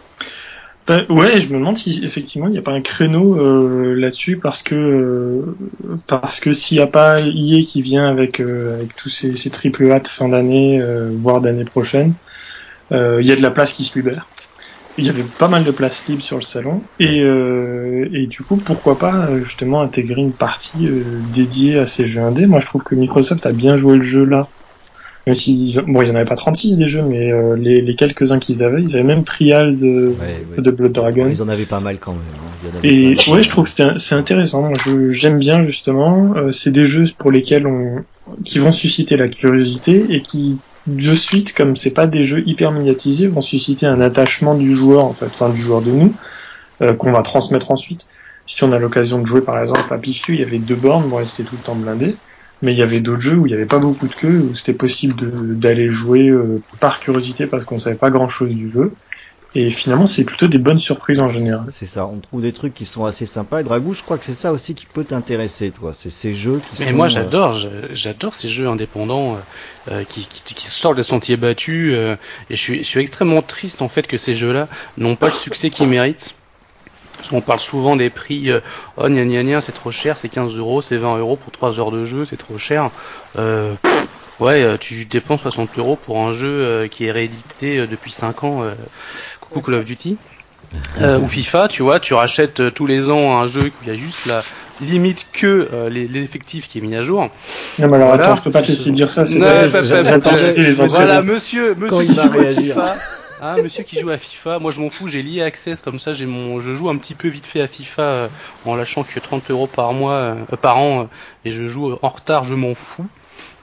Euh, ouais, je me demande si effectivement il n'y a pas un créneau euh, là-dessus parce que euh, parce que s'il n'y a pas I A qui vient avec euh, avec tous ces, ces triple A de fin d'année, euh, voire d'année prochaine, euh, il y a de la place qui se libère. Il y avait pas mal de place libre sur le salon et euh, et du coup pourquoi pas euh, justement intégrer une partie euh, dédiée à ces jeux indés. Moi je trouve que Microsoft a bien joué le jeu là. Même s'ils bon ils en avaient pas trente-six des jeux mais euh, les, les quelques-uns qu'ils avaient, ils avaient même Trials euh, Ouais, ouais. de Blood Oh, Dragon. ils en avaient pas mal quand même. Hein. Il y en avait quand Et même pas ouais, je mal. trouve que c'est c'est intéressant. Moi, je j'aime bien justement. Euh, c'est des jeux pour lesquels on qui vont susciter la curiosité et qui de suite, comme c'est pas des jeux hyper médiatisés, vont susciter un attachement du joueur en fait, enfin du joueur de nous, euh, qu'on va transmettre ensuite. Si on a l'occasion de jouer par exemple à Pifu, il y avait deux bornes, bon, c'était tout le temps blindé, mais il y avait d'autres jeux où il y avait pas beaucoup de queue, où c'était possible de d'aller jouer euh, par curiosité parce qu'on savait pas grand chose du jeu. Et finalement, c'est plutôt des bonnes surprises en général. C'est ça, on trouve des trucs qui sont assez sympas. Et Dragou, je crois que c'est ça aussi qui peut t'intéresser, toi. C'est ces jeux qui Mais sont. moi euh, j'adore, je- j'adore ces jeux indépendants euh, euh, qui, qui, qui sortent des sentiers battus euh, et je suis, je suis extrêmement triste en fait que ces jeux-là n'ont pas le succès qu'ils méritent. Parce qu'on parle souvent des prix, euh, oh gna gna gna, c'est trop cher, c'est quinze euros, c'est vingt euros pour trois heures de jeu, c'est trop cher. Euh, pff, ouais, euh, tu dépenses soixante euros pour un jeu euh, qui est réédité euh, depuis cinq ans, euh, coucou Call of Duty. Euh, ou FIFA, tu vois, tu rachètes euh, tous les ans un jeu où il y a juste la limite que euh, les, les effectifs qui est mis à jour. Non, mais alors attends, Voilà. je peux pas te laisser dire ça, c'est Non, ta- pas- je pas- vais pas- pas pas- laisser les entrées. Voilà, monsieur, Quand monsieur il qui va joue à réagir. FIFA. Hein, monsieur qui joue à FIFA. Moi, je m'en fous, j'ai l'E A Access, comme ça, j'ai mon, je joue un petit peu vite fait à FIFA euh, en lâchant que trente euros par mois, euh, par an, euh, et je joue en retard, je m'en fous.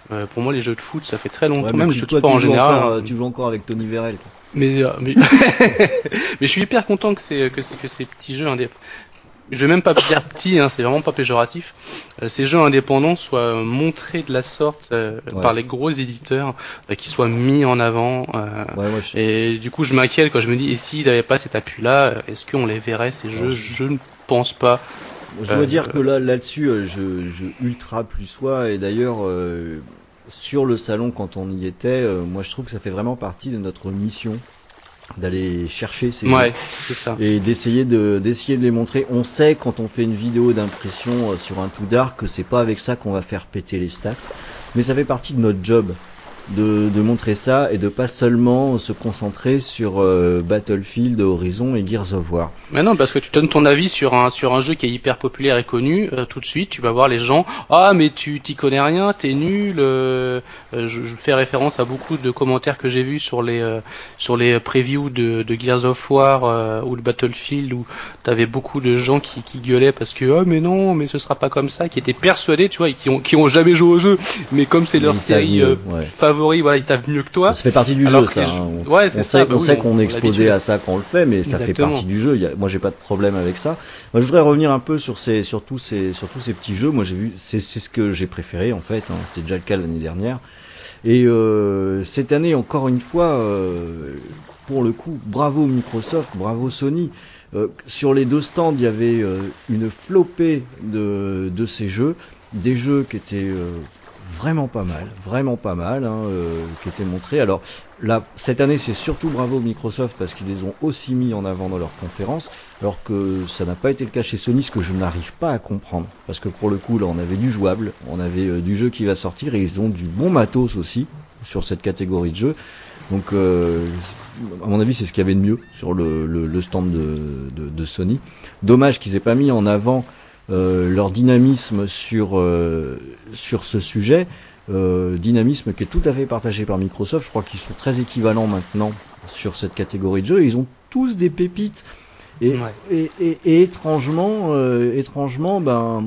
Euh, pour moi, les jeux de foot, ça fait très longtemps, Ouais, mais même les tu, jeux de toi, sport tu en joues général. encore, hein. euh, tu joues encore avec Tony Vérel. Quoi. Mais, euh, mais... mais je suis hyper content que c'est que c'est que ces petits jeux indépendants. Je vais même pas dire petits, hein, c'est vraiment pas péjoratif. Euh, ces jeux indépendants soient montrés de la sorte euh, Ouais. par les gros éditeurs, euh, qui soient mis en avant. Euh, Ouais, moi, je... et du coup, je m'inquiète quand je me dis, et s'ils n'avaient pas cet appui-là, est-ce qu'on les verrait ces jeux? Alors, je... je ne pense pas. Je dois Euh, dire que là, là-dessus, euh, je, je ultra plus sois. Et d'ailleurs, euh, sur le salon, quand on y était, euh, moi, je trouve que ça fait vraiment partie de notre mission d'aller chercher ces jeux Ouais, c'est ça. et d'essayer de d'essayer de les montrer. On sait quand on fait une vidéo d'impression euh, sur un tout dark que c'est pas avec ça qu'on va faire péter les stats, mais ça fait partie de notre job de, de montrer ça et de pas seulement se concentrer sur euh, Battlefield, Horizon et Gears of War. Mais non, parce que tu donnes ton avis sur un sur un jeu qui est hyper populaire et connu, euh, tout de suite tu vas voir les gens, ah mais tu t'y connais rien, t'es nul. Euh, je, je fais référence à beaucoup de commentaires que j'ai vus sur les euh, sur les previews de, de Gears of War euh, ou le Battlefield, où t'avais beaucoup de gens qui, qui gueulaient parce que ah mais non, mais ce sera pas comme ça, qui étaient persuadés, tu vois, et qui ont qui ont jamais joué au jeu, mais comme c'est Mais leur ils savent série mieux, euh, ouais. favori, voilà, ils savent mieux que toi. Ça fait partie du Alors jeu, que ça. les Hein. jeux- Ouais, c'est on ça. sait, Bah on oui, sait on- qu'on on est a exposé l'habitude. à ça quand on le fait, mais ça Exactement. fait partie du jeu. Il y a, moi, j'ai pas de problème avec ça. Moi, je voudrais revenir un peu sur ces, sur tous ces, sur tous ces petits jeux. Moi, j'ai vu, c'est, c'est ce que j'ai préféré en fait. Hein. C'était déjà le cas l'année dernière. Et euh, cette année, encore une fois, euh, pour le coup, bravo Microsoft, bravo Sony. Euh, sur les deux stands, il y avait euh, une flopée de, de ces jeux, des jeux qui étaient euh, vraiment pas mal, vraiment pas mal, hein, euh, qui étaient montrés. Alors là, cette année, c'est surtout bravo Microsoft parce qu'ils les ont aussi mis en avant dans leur conférence, alors que ça n'a pas été le cas chez Sony, ce que je n'arrive pas à comprendre. Parce que pour le coup, là, on avait du jouable, on avait euh, du jeu qui va sortir et ils ont du bon matos aussi sur cette catégorie de jeux. Donc, euh, à mon avis, c'est ce qu'il y avait de mieux sur le, le, le stand de, de, de Sony. Dommage qu'ils aient pas mis en avant euh, leur dynamisme sur euh, sur ce sujet, euh, dynamisme qui est tout à fait partagé par Microsoft. Je crois qu'ils sont très équivalents maintenant sur cette catégorie de jeux. Ils ont tous des pépites et Ouais. et, et, et étrangement, euh, étrangement, ben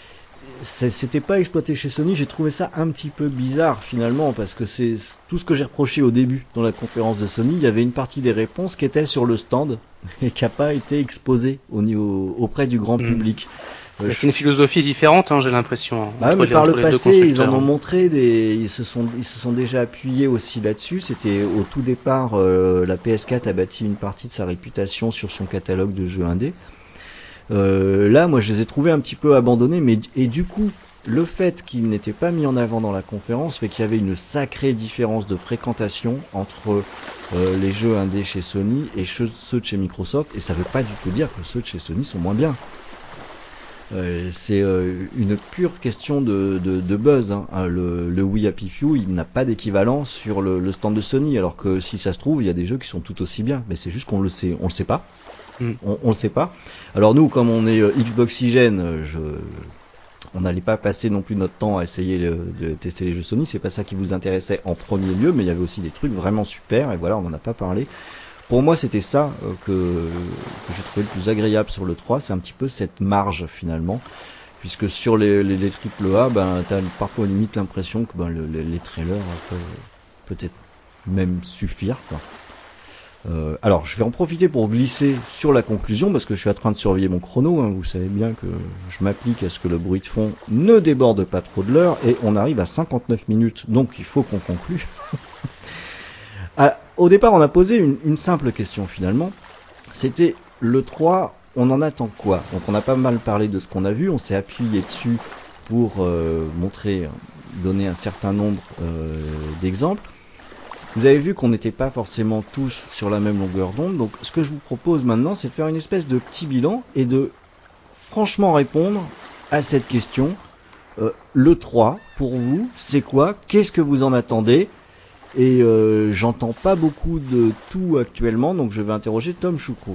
c'était pas exploité chez Sony. J'ai trouvé ça un petit peu bizarre finalement parce que c'est tout ce que j'ai reproché au début dans la conférence de Sony. Il y avait une partie des réponses qui était sur le stand et qui n'a pas été exposée au niveau, auprès du grand public. Euh, mais c'est une philosophie différente, hein, j'ai l'impression. Hein, bah entre mais les, par entre le les passé, deux ils en ont hein. montré des, ils se sont, ils se sont déjà appuyés aussi là-dessus. C'était au tout départ, euh, la P S quatre a bâti une partie de sa réputation sur son catalogue de jeux indés. Euh, là, moi, je les ai trouvés un petit peu abandonnés, mais et du coup, le fait qu'ils n'étaient pas mis en avant dans la conférence fait qu'il y avait une sacrée différence de fréquentation entre euh, les jeux indés chez Sony et ceux de chez Microsoft, et ça veut pas du tout dire que ceux de chez Sony sont moins bien. Euh, c'est euh, une pure question de, de, de buzz. Hein. Le, le Wii Happy Few, il n'a pas d'équivalent sur le, le stand de Sony, alors que si ça se trouve, il y a des jeux qui sont tout aussi bien, mais c'est juste qu'on le sait, on le sait pas. Mm. On, on le sait pas. Alors nous, comme on est euh, Xboxygène, euh, je, on n'allait pas passer non plus notre temps à essayer de, de tester les jeux Sony. C'est pas ça qui vous intéressait en premier lieu, mais il y avait aussi des trucs vraiment super. Et voilà, on n'en a pas parlé. Pour moi, c'était ça euh, que, que j'ai trouvé le plus agréable sur le trois. C'est un petit peu cette marge finalement, puisque sur les, les, les triple A, ben t'as parfois limite l'impression que ben le, les, les trailers peuvent peut-être même suffire, quoi. Euh, alors, je vais en profiter pour glisser sur la conclusion parce que je suis en train de surveiller mon chrono. Hein, vous savez bien que je m'applique à ce que le bruit de fond ne déborde pas trop de l'heure et on arrive à cinquante-neuf minutes, donc il faut qu'on conclue. Ah, au départ, on a posé une, une simple question finalement. C'était le trois, on en attend quoi? Donc, on a pas mal parlé de ce qu'on a vu, on s'est appuyé dessus pour euh, montrer, donner un certain nombre euh, d'exemples. Vous avez vu qu'on n'était pas forcément tous sur la même longueur d'onde, donc ce que je vous propose maintenant, c'est de faire une espèce de petit bilan et de franchement répondre à cette question. Euh, le trois, pour vous, c'est quoi? Qu'est-ce que vous en attendez? Et euh, j'entends pas beaucoup de tout actuellement, donc je vais interroger Tom Choucroux.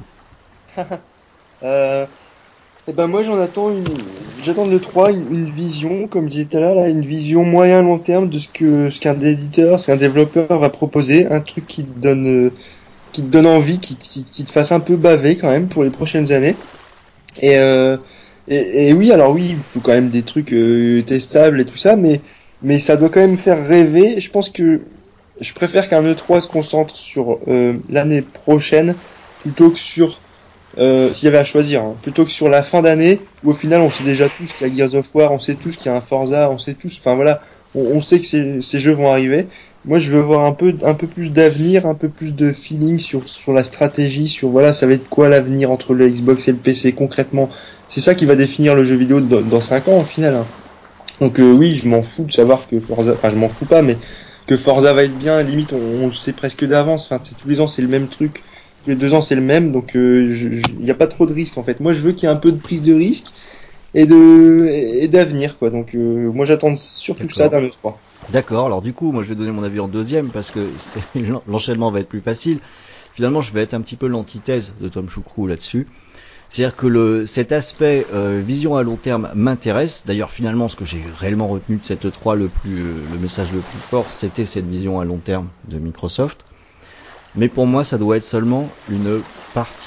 euh, et ben moi j'en attends une, j'attends de le trois une, une vision, comme je disais tout à l'heure, là, une vision moyen long terme de ce que ce qu'un éditeur, ce qu'un développeur va proposer, un truc qui te donne, euh, qui te donne envie, qui, qui, qui te fasse un peu baver quand même pour les prochaines années. Et, euh, et, et oui, alors oui, il faut quand même des trucs euh, testables et tout ça, mais mais ça doit quand même faire rêver. Je pense que je préfère qu'un E trois se concentre sur euh, l'année prochaine plutôt que sur euh, s'il y avait à choisir, hein, plutôt que sur la fin d'année où au final on sait déjà tous qu'il y a Gears of War, on sait tous qu'il y a un Forza, on sait tous, enfin voilà, on, on sait que ces, ces jeux vont arriver. Moi je veux voir un peu un peu plus d'avenir, un peu plus de feeling sur sur la stratégie, sur voilà ça va être quoi l'avenir entre le Xbox et le P C concrètement. C'est ça qui va définir le jeu vidéo dans, dans cinq ans au final. Hein. Donc euh, oui, je m'en fous de savoir que Forza, enfin je m'en fous pas, mais que Forza va être bien, limite on, on le sait presque d'avance. Enfin tous les ans c'est le même truc, tous les deux ans c'est le même, donc il euh, n'y a pas trop de risque en fait. Moi je veux qu'il y ait un peu de prise de risque et de et d'avenir quoi. Donc euh, moi j'attends surtout D'accord. ça d'un E trois. D'accord, alors du coup, moi je vais donner mon avis en deuxième parce que c'est, l'enchaînement va être plus facile. Finalement, je vais être un petit peu l'antithèse de Tom Choucrou là-dessus. C'est-à-dire que le, cet aspect euh, vision à long terme m'intéresse. D'ailleurs, finalement, ce que j'ai réellement retenu de cette E trois, le, plus, euh, le message le plus fort, c'était cette vision à long terme de Microsoft. Mais pour moi, ça doit être seulement une partie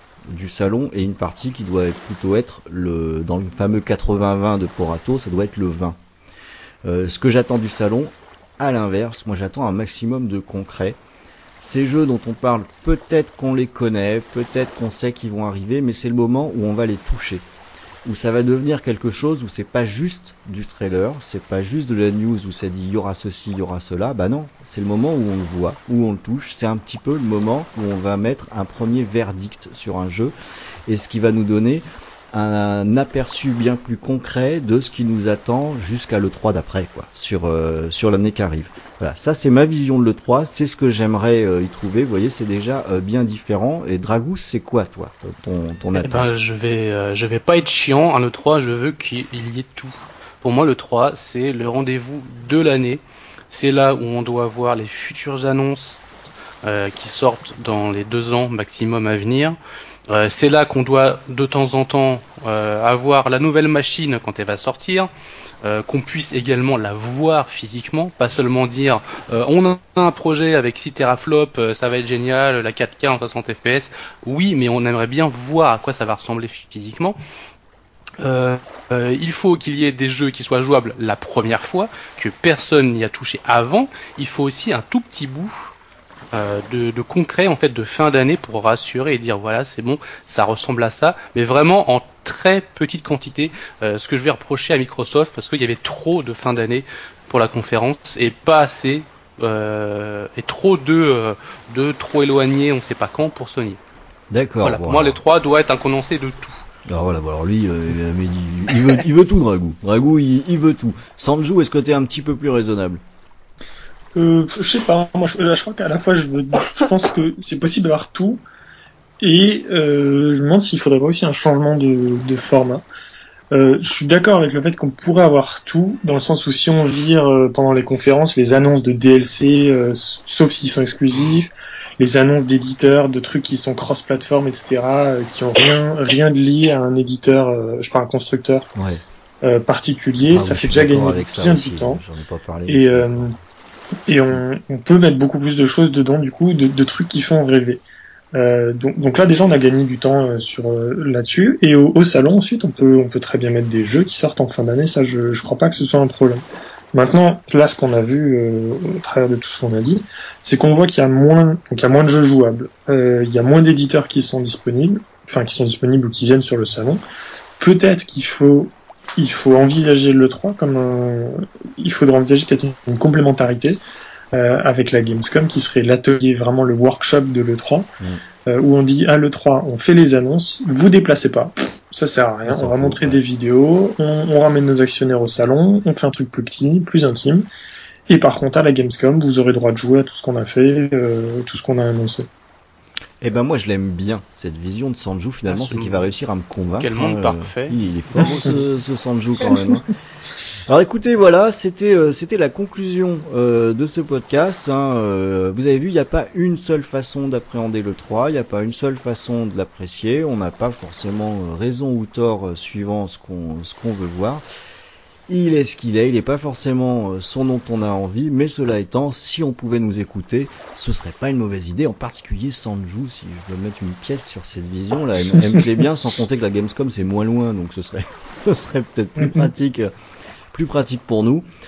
du salon et une partie qui doit plutôt être le, dans le fameux quatre-vingts vingt de Porato, ça doit être le vingt. Euh, ce que j'attends du salon, à l'inverse, moi j'attends un maximum de concret. Ces jeux dont on parle, peut-être qu'on les connaît, peut-être qu'on sait qu'ils vont arriver, mais c'est le moment où on va les toucher. Où ça va devenir quelque chose où c'est pas juste du trailer, c'est pas juste de la news où ça dit il y aura ceci, il y aura cela, bah non, c'est le moment où on le voit, où on le touche, c'est un petit peu le moment où on va mettre un premier verdict sur un jeu, et ce qui va nous donner un aperçu bien plus concret de ce qui nous attend jusqu'à l'E trois d'après, quoi, sur euh, sur l'année qui arrive. Voilà, ça c'est ma vision de l'E trois, c'est ce que j'aimerais euh, y trouver. Vous voyez, c'est déjà euh, bien différent. Et Dragous, c'est quoi toi, ton ton Eh attente? ben, je vais, euh, je vais pas être chiant. Un E trois, je veux qu'il y ait tout. Pour moi, l'E trois, c'est le rendez-vous de l'année. C'est là où on doit voir les futures annonces euh, qui sortent dans les deux ans maximum à venir. Euh, c'est là qu'on doit de temps en temps euh, avoir la nouvelle machine quand elle va sortir, euh, qu'on puisse également la voir physiquement, pas seulement dire euh, on a un projet avec six teraflops, euh, ça va être génial, la quatre K en soixante F P S. Oui, mais on aimerait bien voir à quoi ça va ressembler physiquement. Euh, euh, il faut qu'il y ait des jeux qui soient jouables la première fois, que personne n'y a touché avant. Il faut aussi un tout petit bout euh, de, de concret en fait de fin d'année pour rassurer et dire voilà c'est bon, ça ressemble à ça, mais vraiment en très petite quantité. Euh, ce que je vais reprocher à Microsoft parce qu'il y avait trop de fin d'année pour la conférence et pas assez euh, et trop de euh, de trop éloigné on sait pas quand pour Sony. D'accord. Voilà, Bon, pour moi les alors, trois doit être un condensé de tout. alors voilà, bon, alors lui, euh, mais il, il veut, il veut tout, Dragou. Dragou, il, il veut tout. Sanju, est-ce que t'es un petit peu plus raisonnable? Euh, je sais pas, moi je, je crois qu'à la fois je, veux, je pense que c'est possible d'avoir tout, et euh, je me demande s'il faudrait pas aussi un changement de, de format. Euh, je suis d'accord avec le fait qu'on pourrait avoir tout, dans le sens où si on vire euh, pendant les conférences les annonces de D L C, euh, sauf s'ils sont exclusifs, les annonces d'éditeurs, de trucs qui sont cross-platform, et cetera, euh, qui ont rien rien de lié à un éditeur, euh, je sais pas, un constructeur Ouais. euh, particulier, Ah ça oui, je fait suis déjà d'accord gagner avec ça bien du aussi. temps. J'en ai pas parlé, mais je Et suis euh, d'accord. et on, on peut mettre beaucoup plus de choses dedans, du coup, de, de trucs qui font rêver. Euh, donc, donc là déjà on a gagné du temps euh, sur euh, là-dessus, et au, au salon ensuite on peut on peut très bien mettre des jeux qui sortent en fin d'année, ça je je crois pas que ce soit un problème. Maintenant là ce qu'on a vu euh, au travers de tout ce qu'on a dit, c'est qu'on voit qu'il y a moins donc il y a moins de jeux jouables, euh, il y a moins d'éditeurs qui sont disponibles, enfin qui sont disponibles ou qui viennent sur le salon. Peut-être qu'il faut il faut envisager l'E trois comme un il faudra envisager peut-être une, une complémentarité euh, avec la Gamescom qui serait l'atelier, vraiment le workshop de l'E trois, Mm. euh, où on dit à l'E trois, on fait les annonces, vous déplacez pas, ça sert à rien, On on, s'en va fout, montrer ouais. des vidéos, on, on ramène nos actionnaires au salon, on fait un truc plus petit, plus intime, et par contre à la Gamescom, vous aurez droit de jouer à tout ce qu'on a fait, euh, tout ce qu'on a annoncé. Eh ben moi je l'aime bien, cette vision de Sanju Ah, finalement, ce c'est qu'il va réussir à me quel convaincre. Hein. monde parfait. Il, il est fort Moi aussi. ce, ce Sanju quand même. Hein. Alors écoutez, voilà, c'était euh, c'était la conclusion euh, de ce podcast. Hein. Euh, vous avez vu, il n'y a pas une seule façon d'appréhender le trois, il n'y a pas une seule façon de l'apprécier. On n'a pas forcément euh, raison ou tort euh, suivant ce qu'on ce qu'on veut voir. Il est ce qu'il est, il n'est pas forcément euh, son dont on a envie, mais cela étant, si on pouvait nous écouter, ce serait pas une mauvaise idée, en particulier Sanju, si je veux mettre une pièce sur cette vision là, elle, elle me plaît bien, sans compter que la Gamescom c'est moins loin, donc ce serait ce serait peut-être plus pratique, plus pratique pour nous.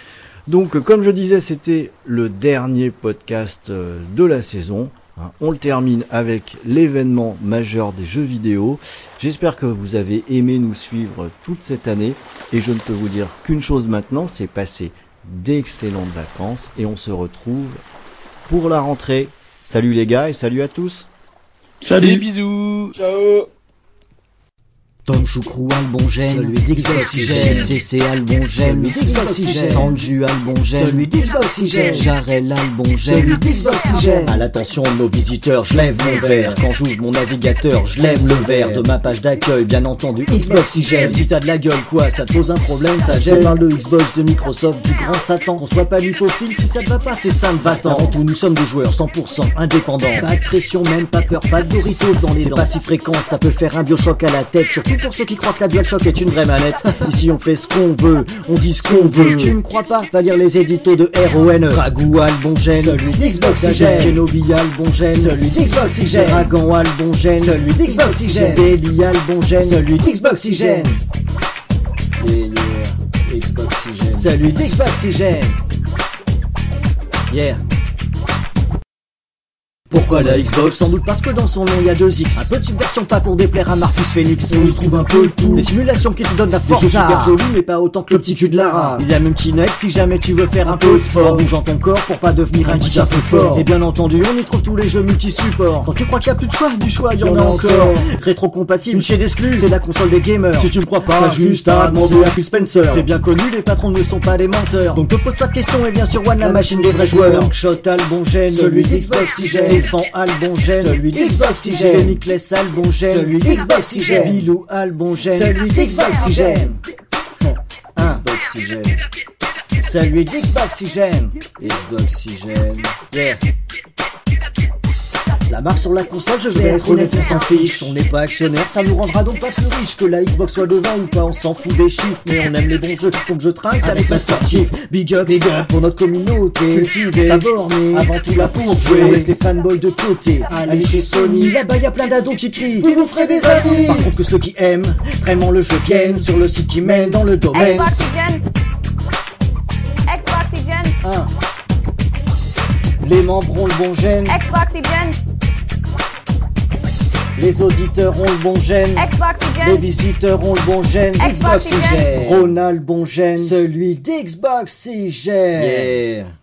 Donc, comme je disais, c'était le dernier podcast de la saison. On le termine avec l'événement majeur des jeux vidéo. J'espère que vous avez aimé nous suivre toute cette année. Et je ne peux vous dire qu'une chose maintenant, c'est passer d'excellentes vacances. Et on se retrouve pour la rentrée. Salut les gars et salut à tous. Salut, bisous. Ciao. Tom Choucrou Albongène, celui d'Xboxygène, C C Albongène, celui d'Xboxygène, Sanju Albongène, celui d'Xboxygène, Jarel Albongène, celui d'Xboxygène. À l'attention de nos visiteurs, je lève mon verre. Quand j'ouvre mon navigateur, je lève le verre de ma page d'accueil, bien entendu Xboxygène. Si t'as de la gueule, quoi, ça te pose un problème, ça gêne. Je parle de Xbox, de Microsoft, du grand Satan. Qu'on soit pas lipophile, si ça te va pas, c'est ça, me va-t'en. Avant tout, nous sommes des joueurs cent pour cent indépendants. Pas de pression, même pas peur, pas de Doritos dans les dents. C'est pas si fréquent, ça peut faire un Bioshock à la tête. Surtout pour ceux qui croient que la DualShock est une vraie manette. Ici on fait ce qu'on veut, on dit ce qu'on veut. Tu me crois pas? Va lire les éditos de R O N. Ragou Albongène, celui d'Xboxygène, Kenobi Albongène, celui d'Xboxygène, Dragan Albongène, celui d'Xboxygène, Deli Albongène, celui d'Xboxygène, yeah, yeah, Xboxygène, celui d'Xboxygène. Yeah. Pourquoi la Xbox? Sans doute parce que dans son nom il y a deux X. Un peu de subversion pas pour déplaire à Marcus Phoenix. On y trouve un peu le tout. Des simulations qui te donnent la force. Des jeux super jolis mais pas autant que le petit cul de Lara. Il y a même Kinect si jamais tu veux faire un peu de sport. En bougeant ton corps pour pas devenir un geek un peu fort. Et bien entendu on y trouve tous les jeux multi-support. Quand tu crois qu'il y a plus de choix, du choix il y en a encore. Rétro-compatible chez d'exclus, c'est la console des gamers. Si tu me crois pas, t'as juste à demander à Phil Spencer. C'est bien connu, les patrons ne sont pas des menteurs. Donc te pose pas de questions et viens sur One, la machine des vrais joueurs. Shot Albongène, celui d'Xboxygène, Stéphane Albongène, celui d'Xboxygène, Rémiclès Albongène, celui d'Xboxygène, Bilou Albongène, celui d'Xboxygène, Xboxygène, celui d'Xboxygène, Xboxygène, yeah. La marque sur la console, je vais être honnête, on s'en fiche. On n'est pas actionnaire, ça nous rendra donc pas plus riche. Que la Xbox soit devant ou pas, on s'en fout des chiffres. Mais on aime les bons jeux, donc je trinque avec Master Chief. Big up, big up pour notre communauté cultivée, pas bornée, avant tout là pour jouer. On laisse les fanboys de côté, allez chez Sony. Là-bas y a plein d'ados qui crient, vous vous ferez des amis. Par contre que ceux qui aiment vraiment le jeu viennent sur le site qui mène dans le domaine. Xboxygène. Xboxygène. Un. Les membres ont le bon gène. Xboxygène. Les auditeurs ont le bon gène. Xboxygène. Les visiteurs ont le bon gène. Xboxygène. Ronald bon gène. celui d'Xboxygène. Yeah.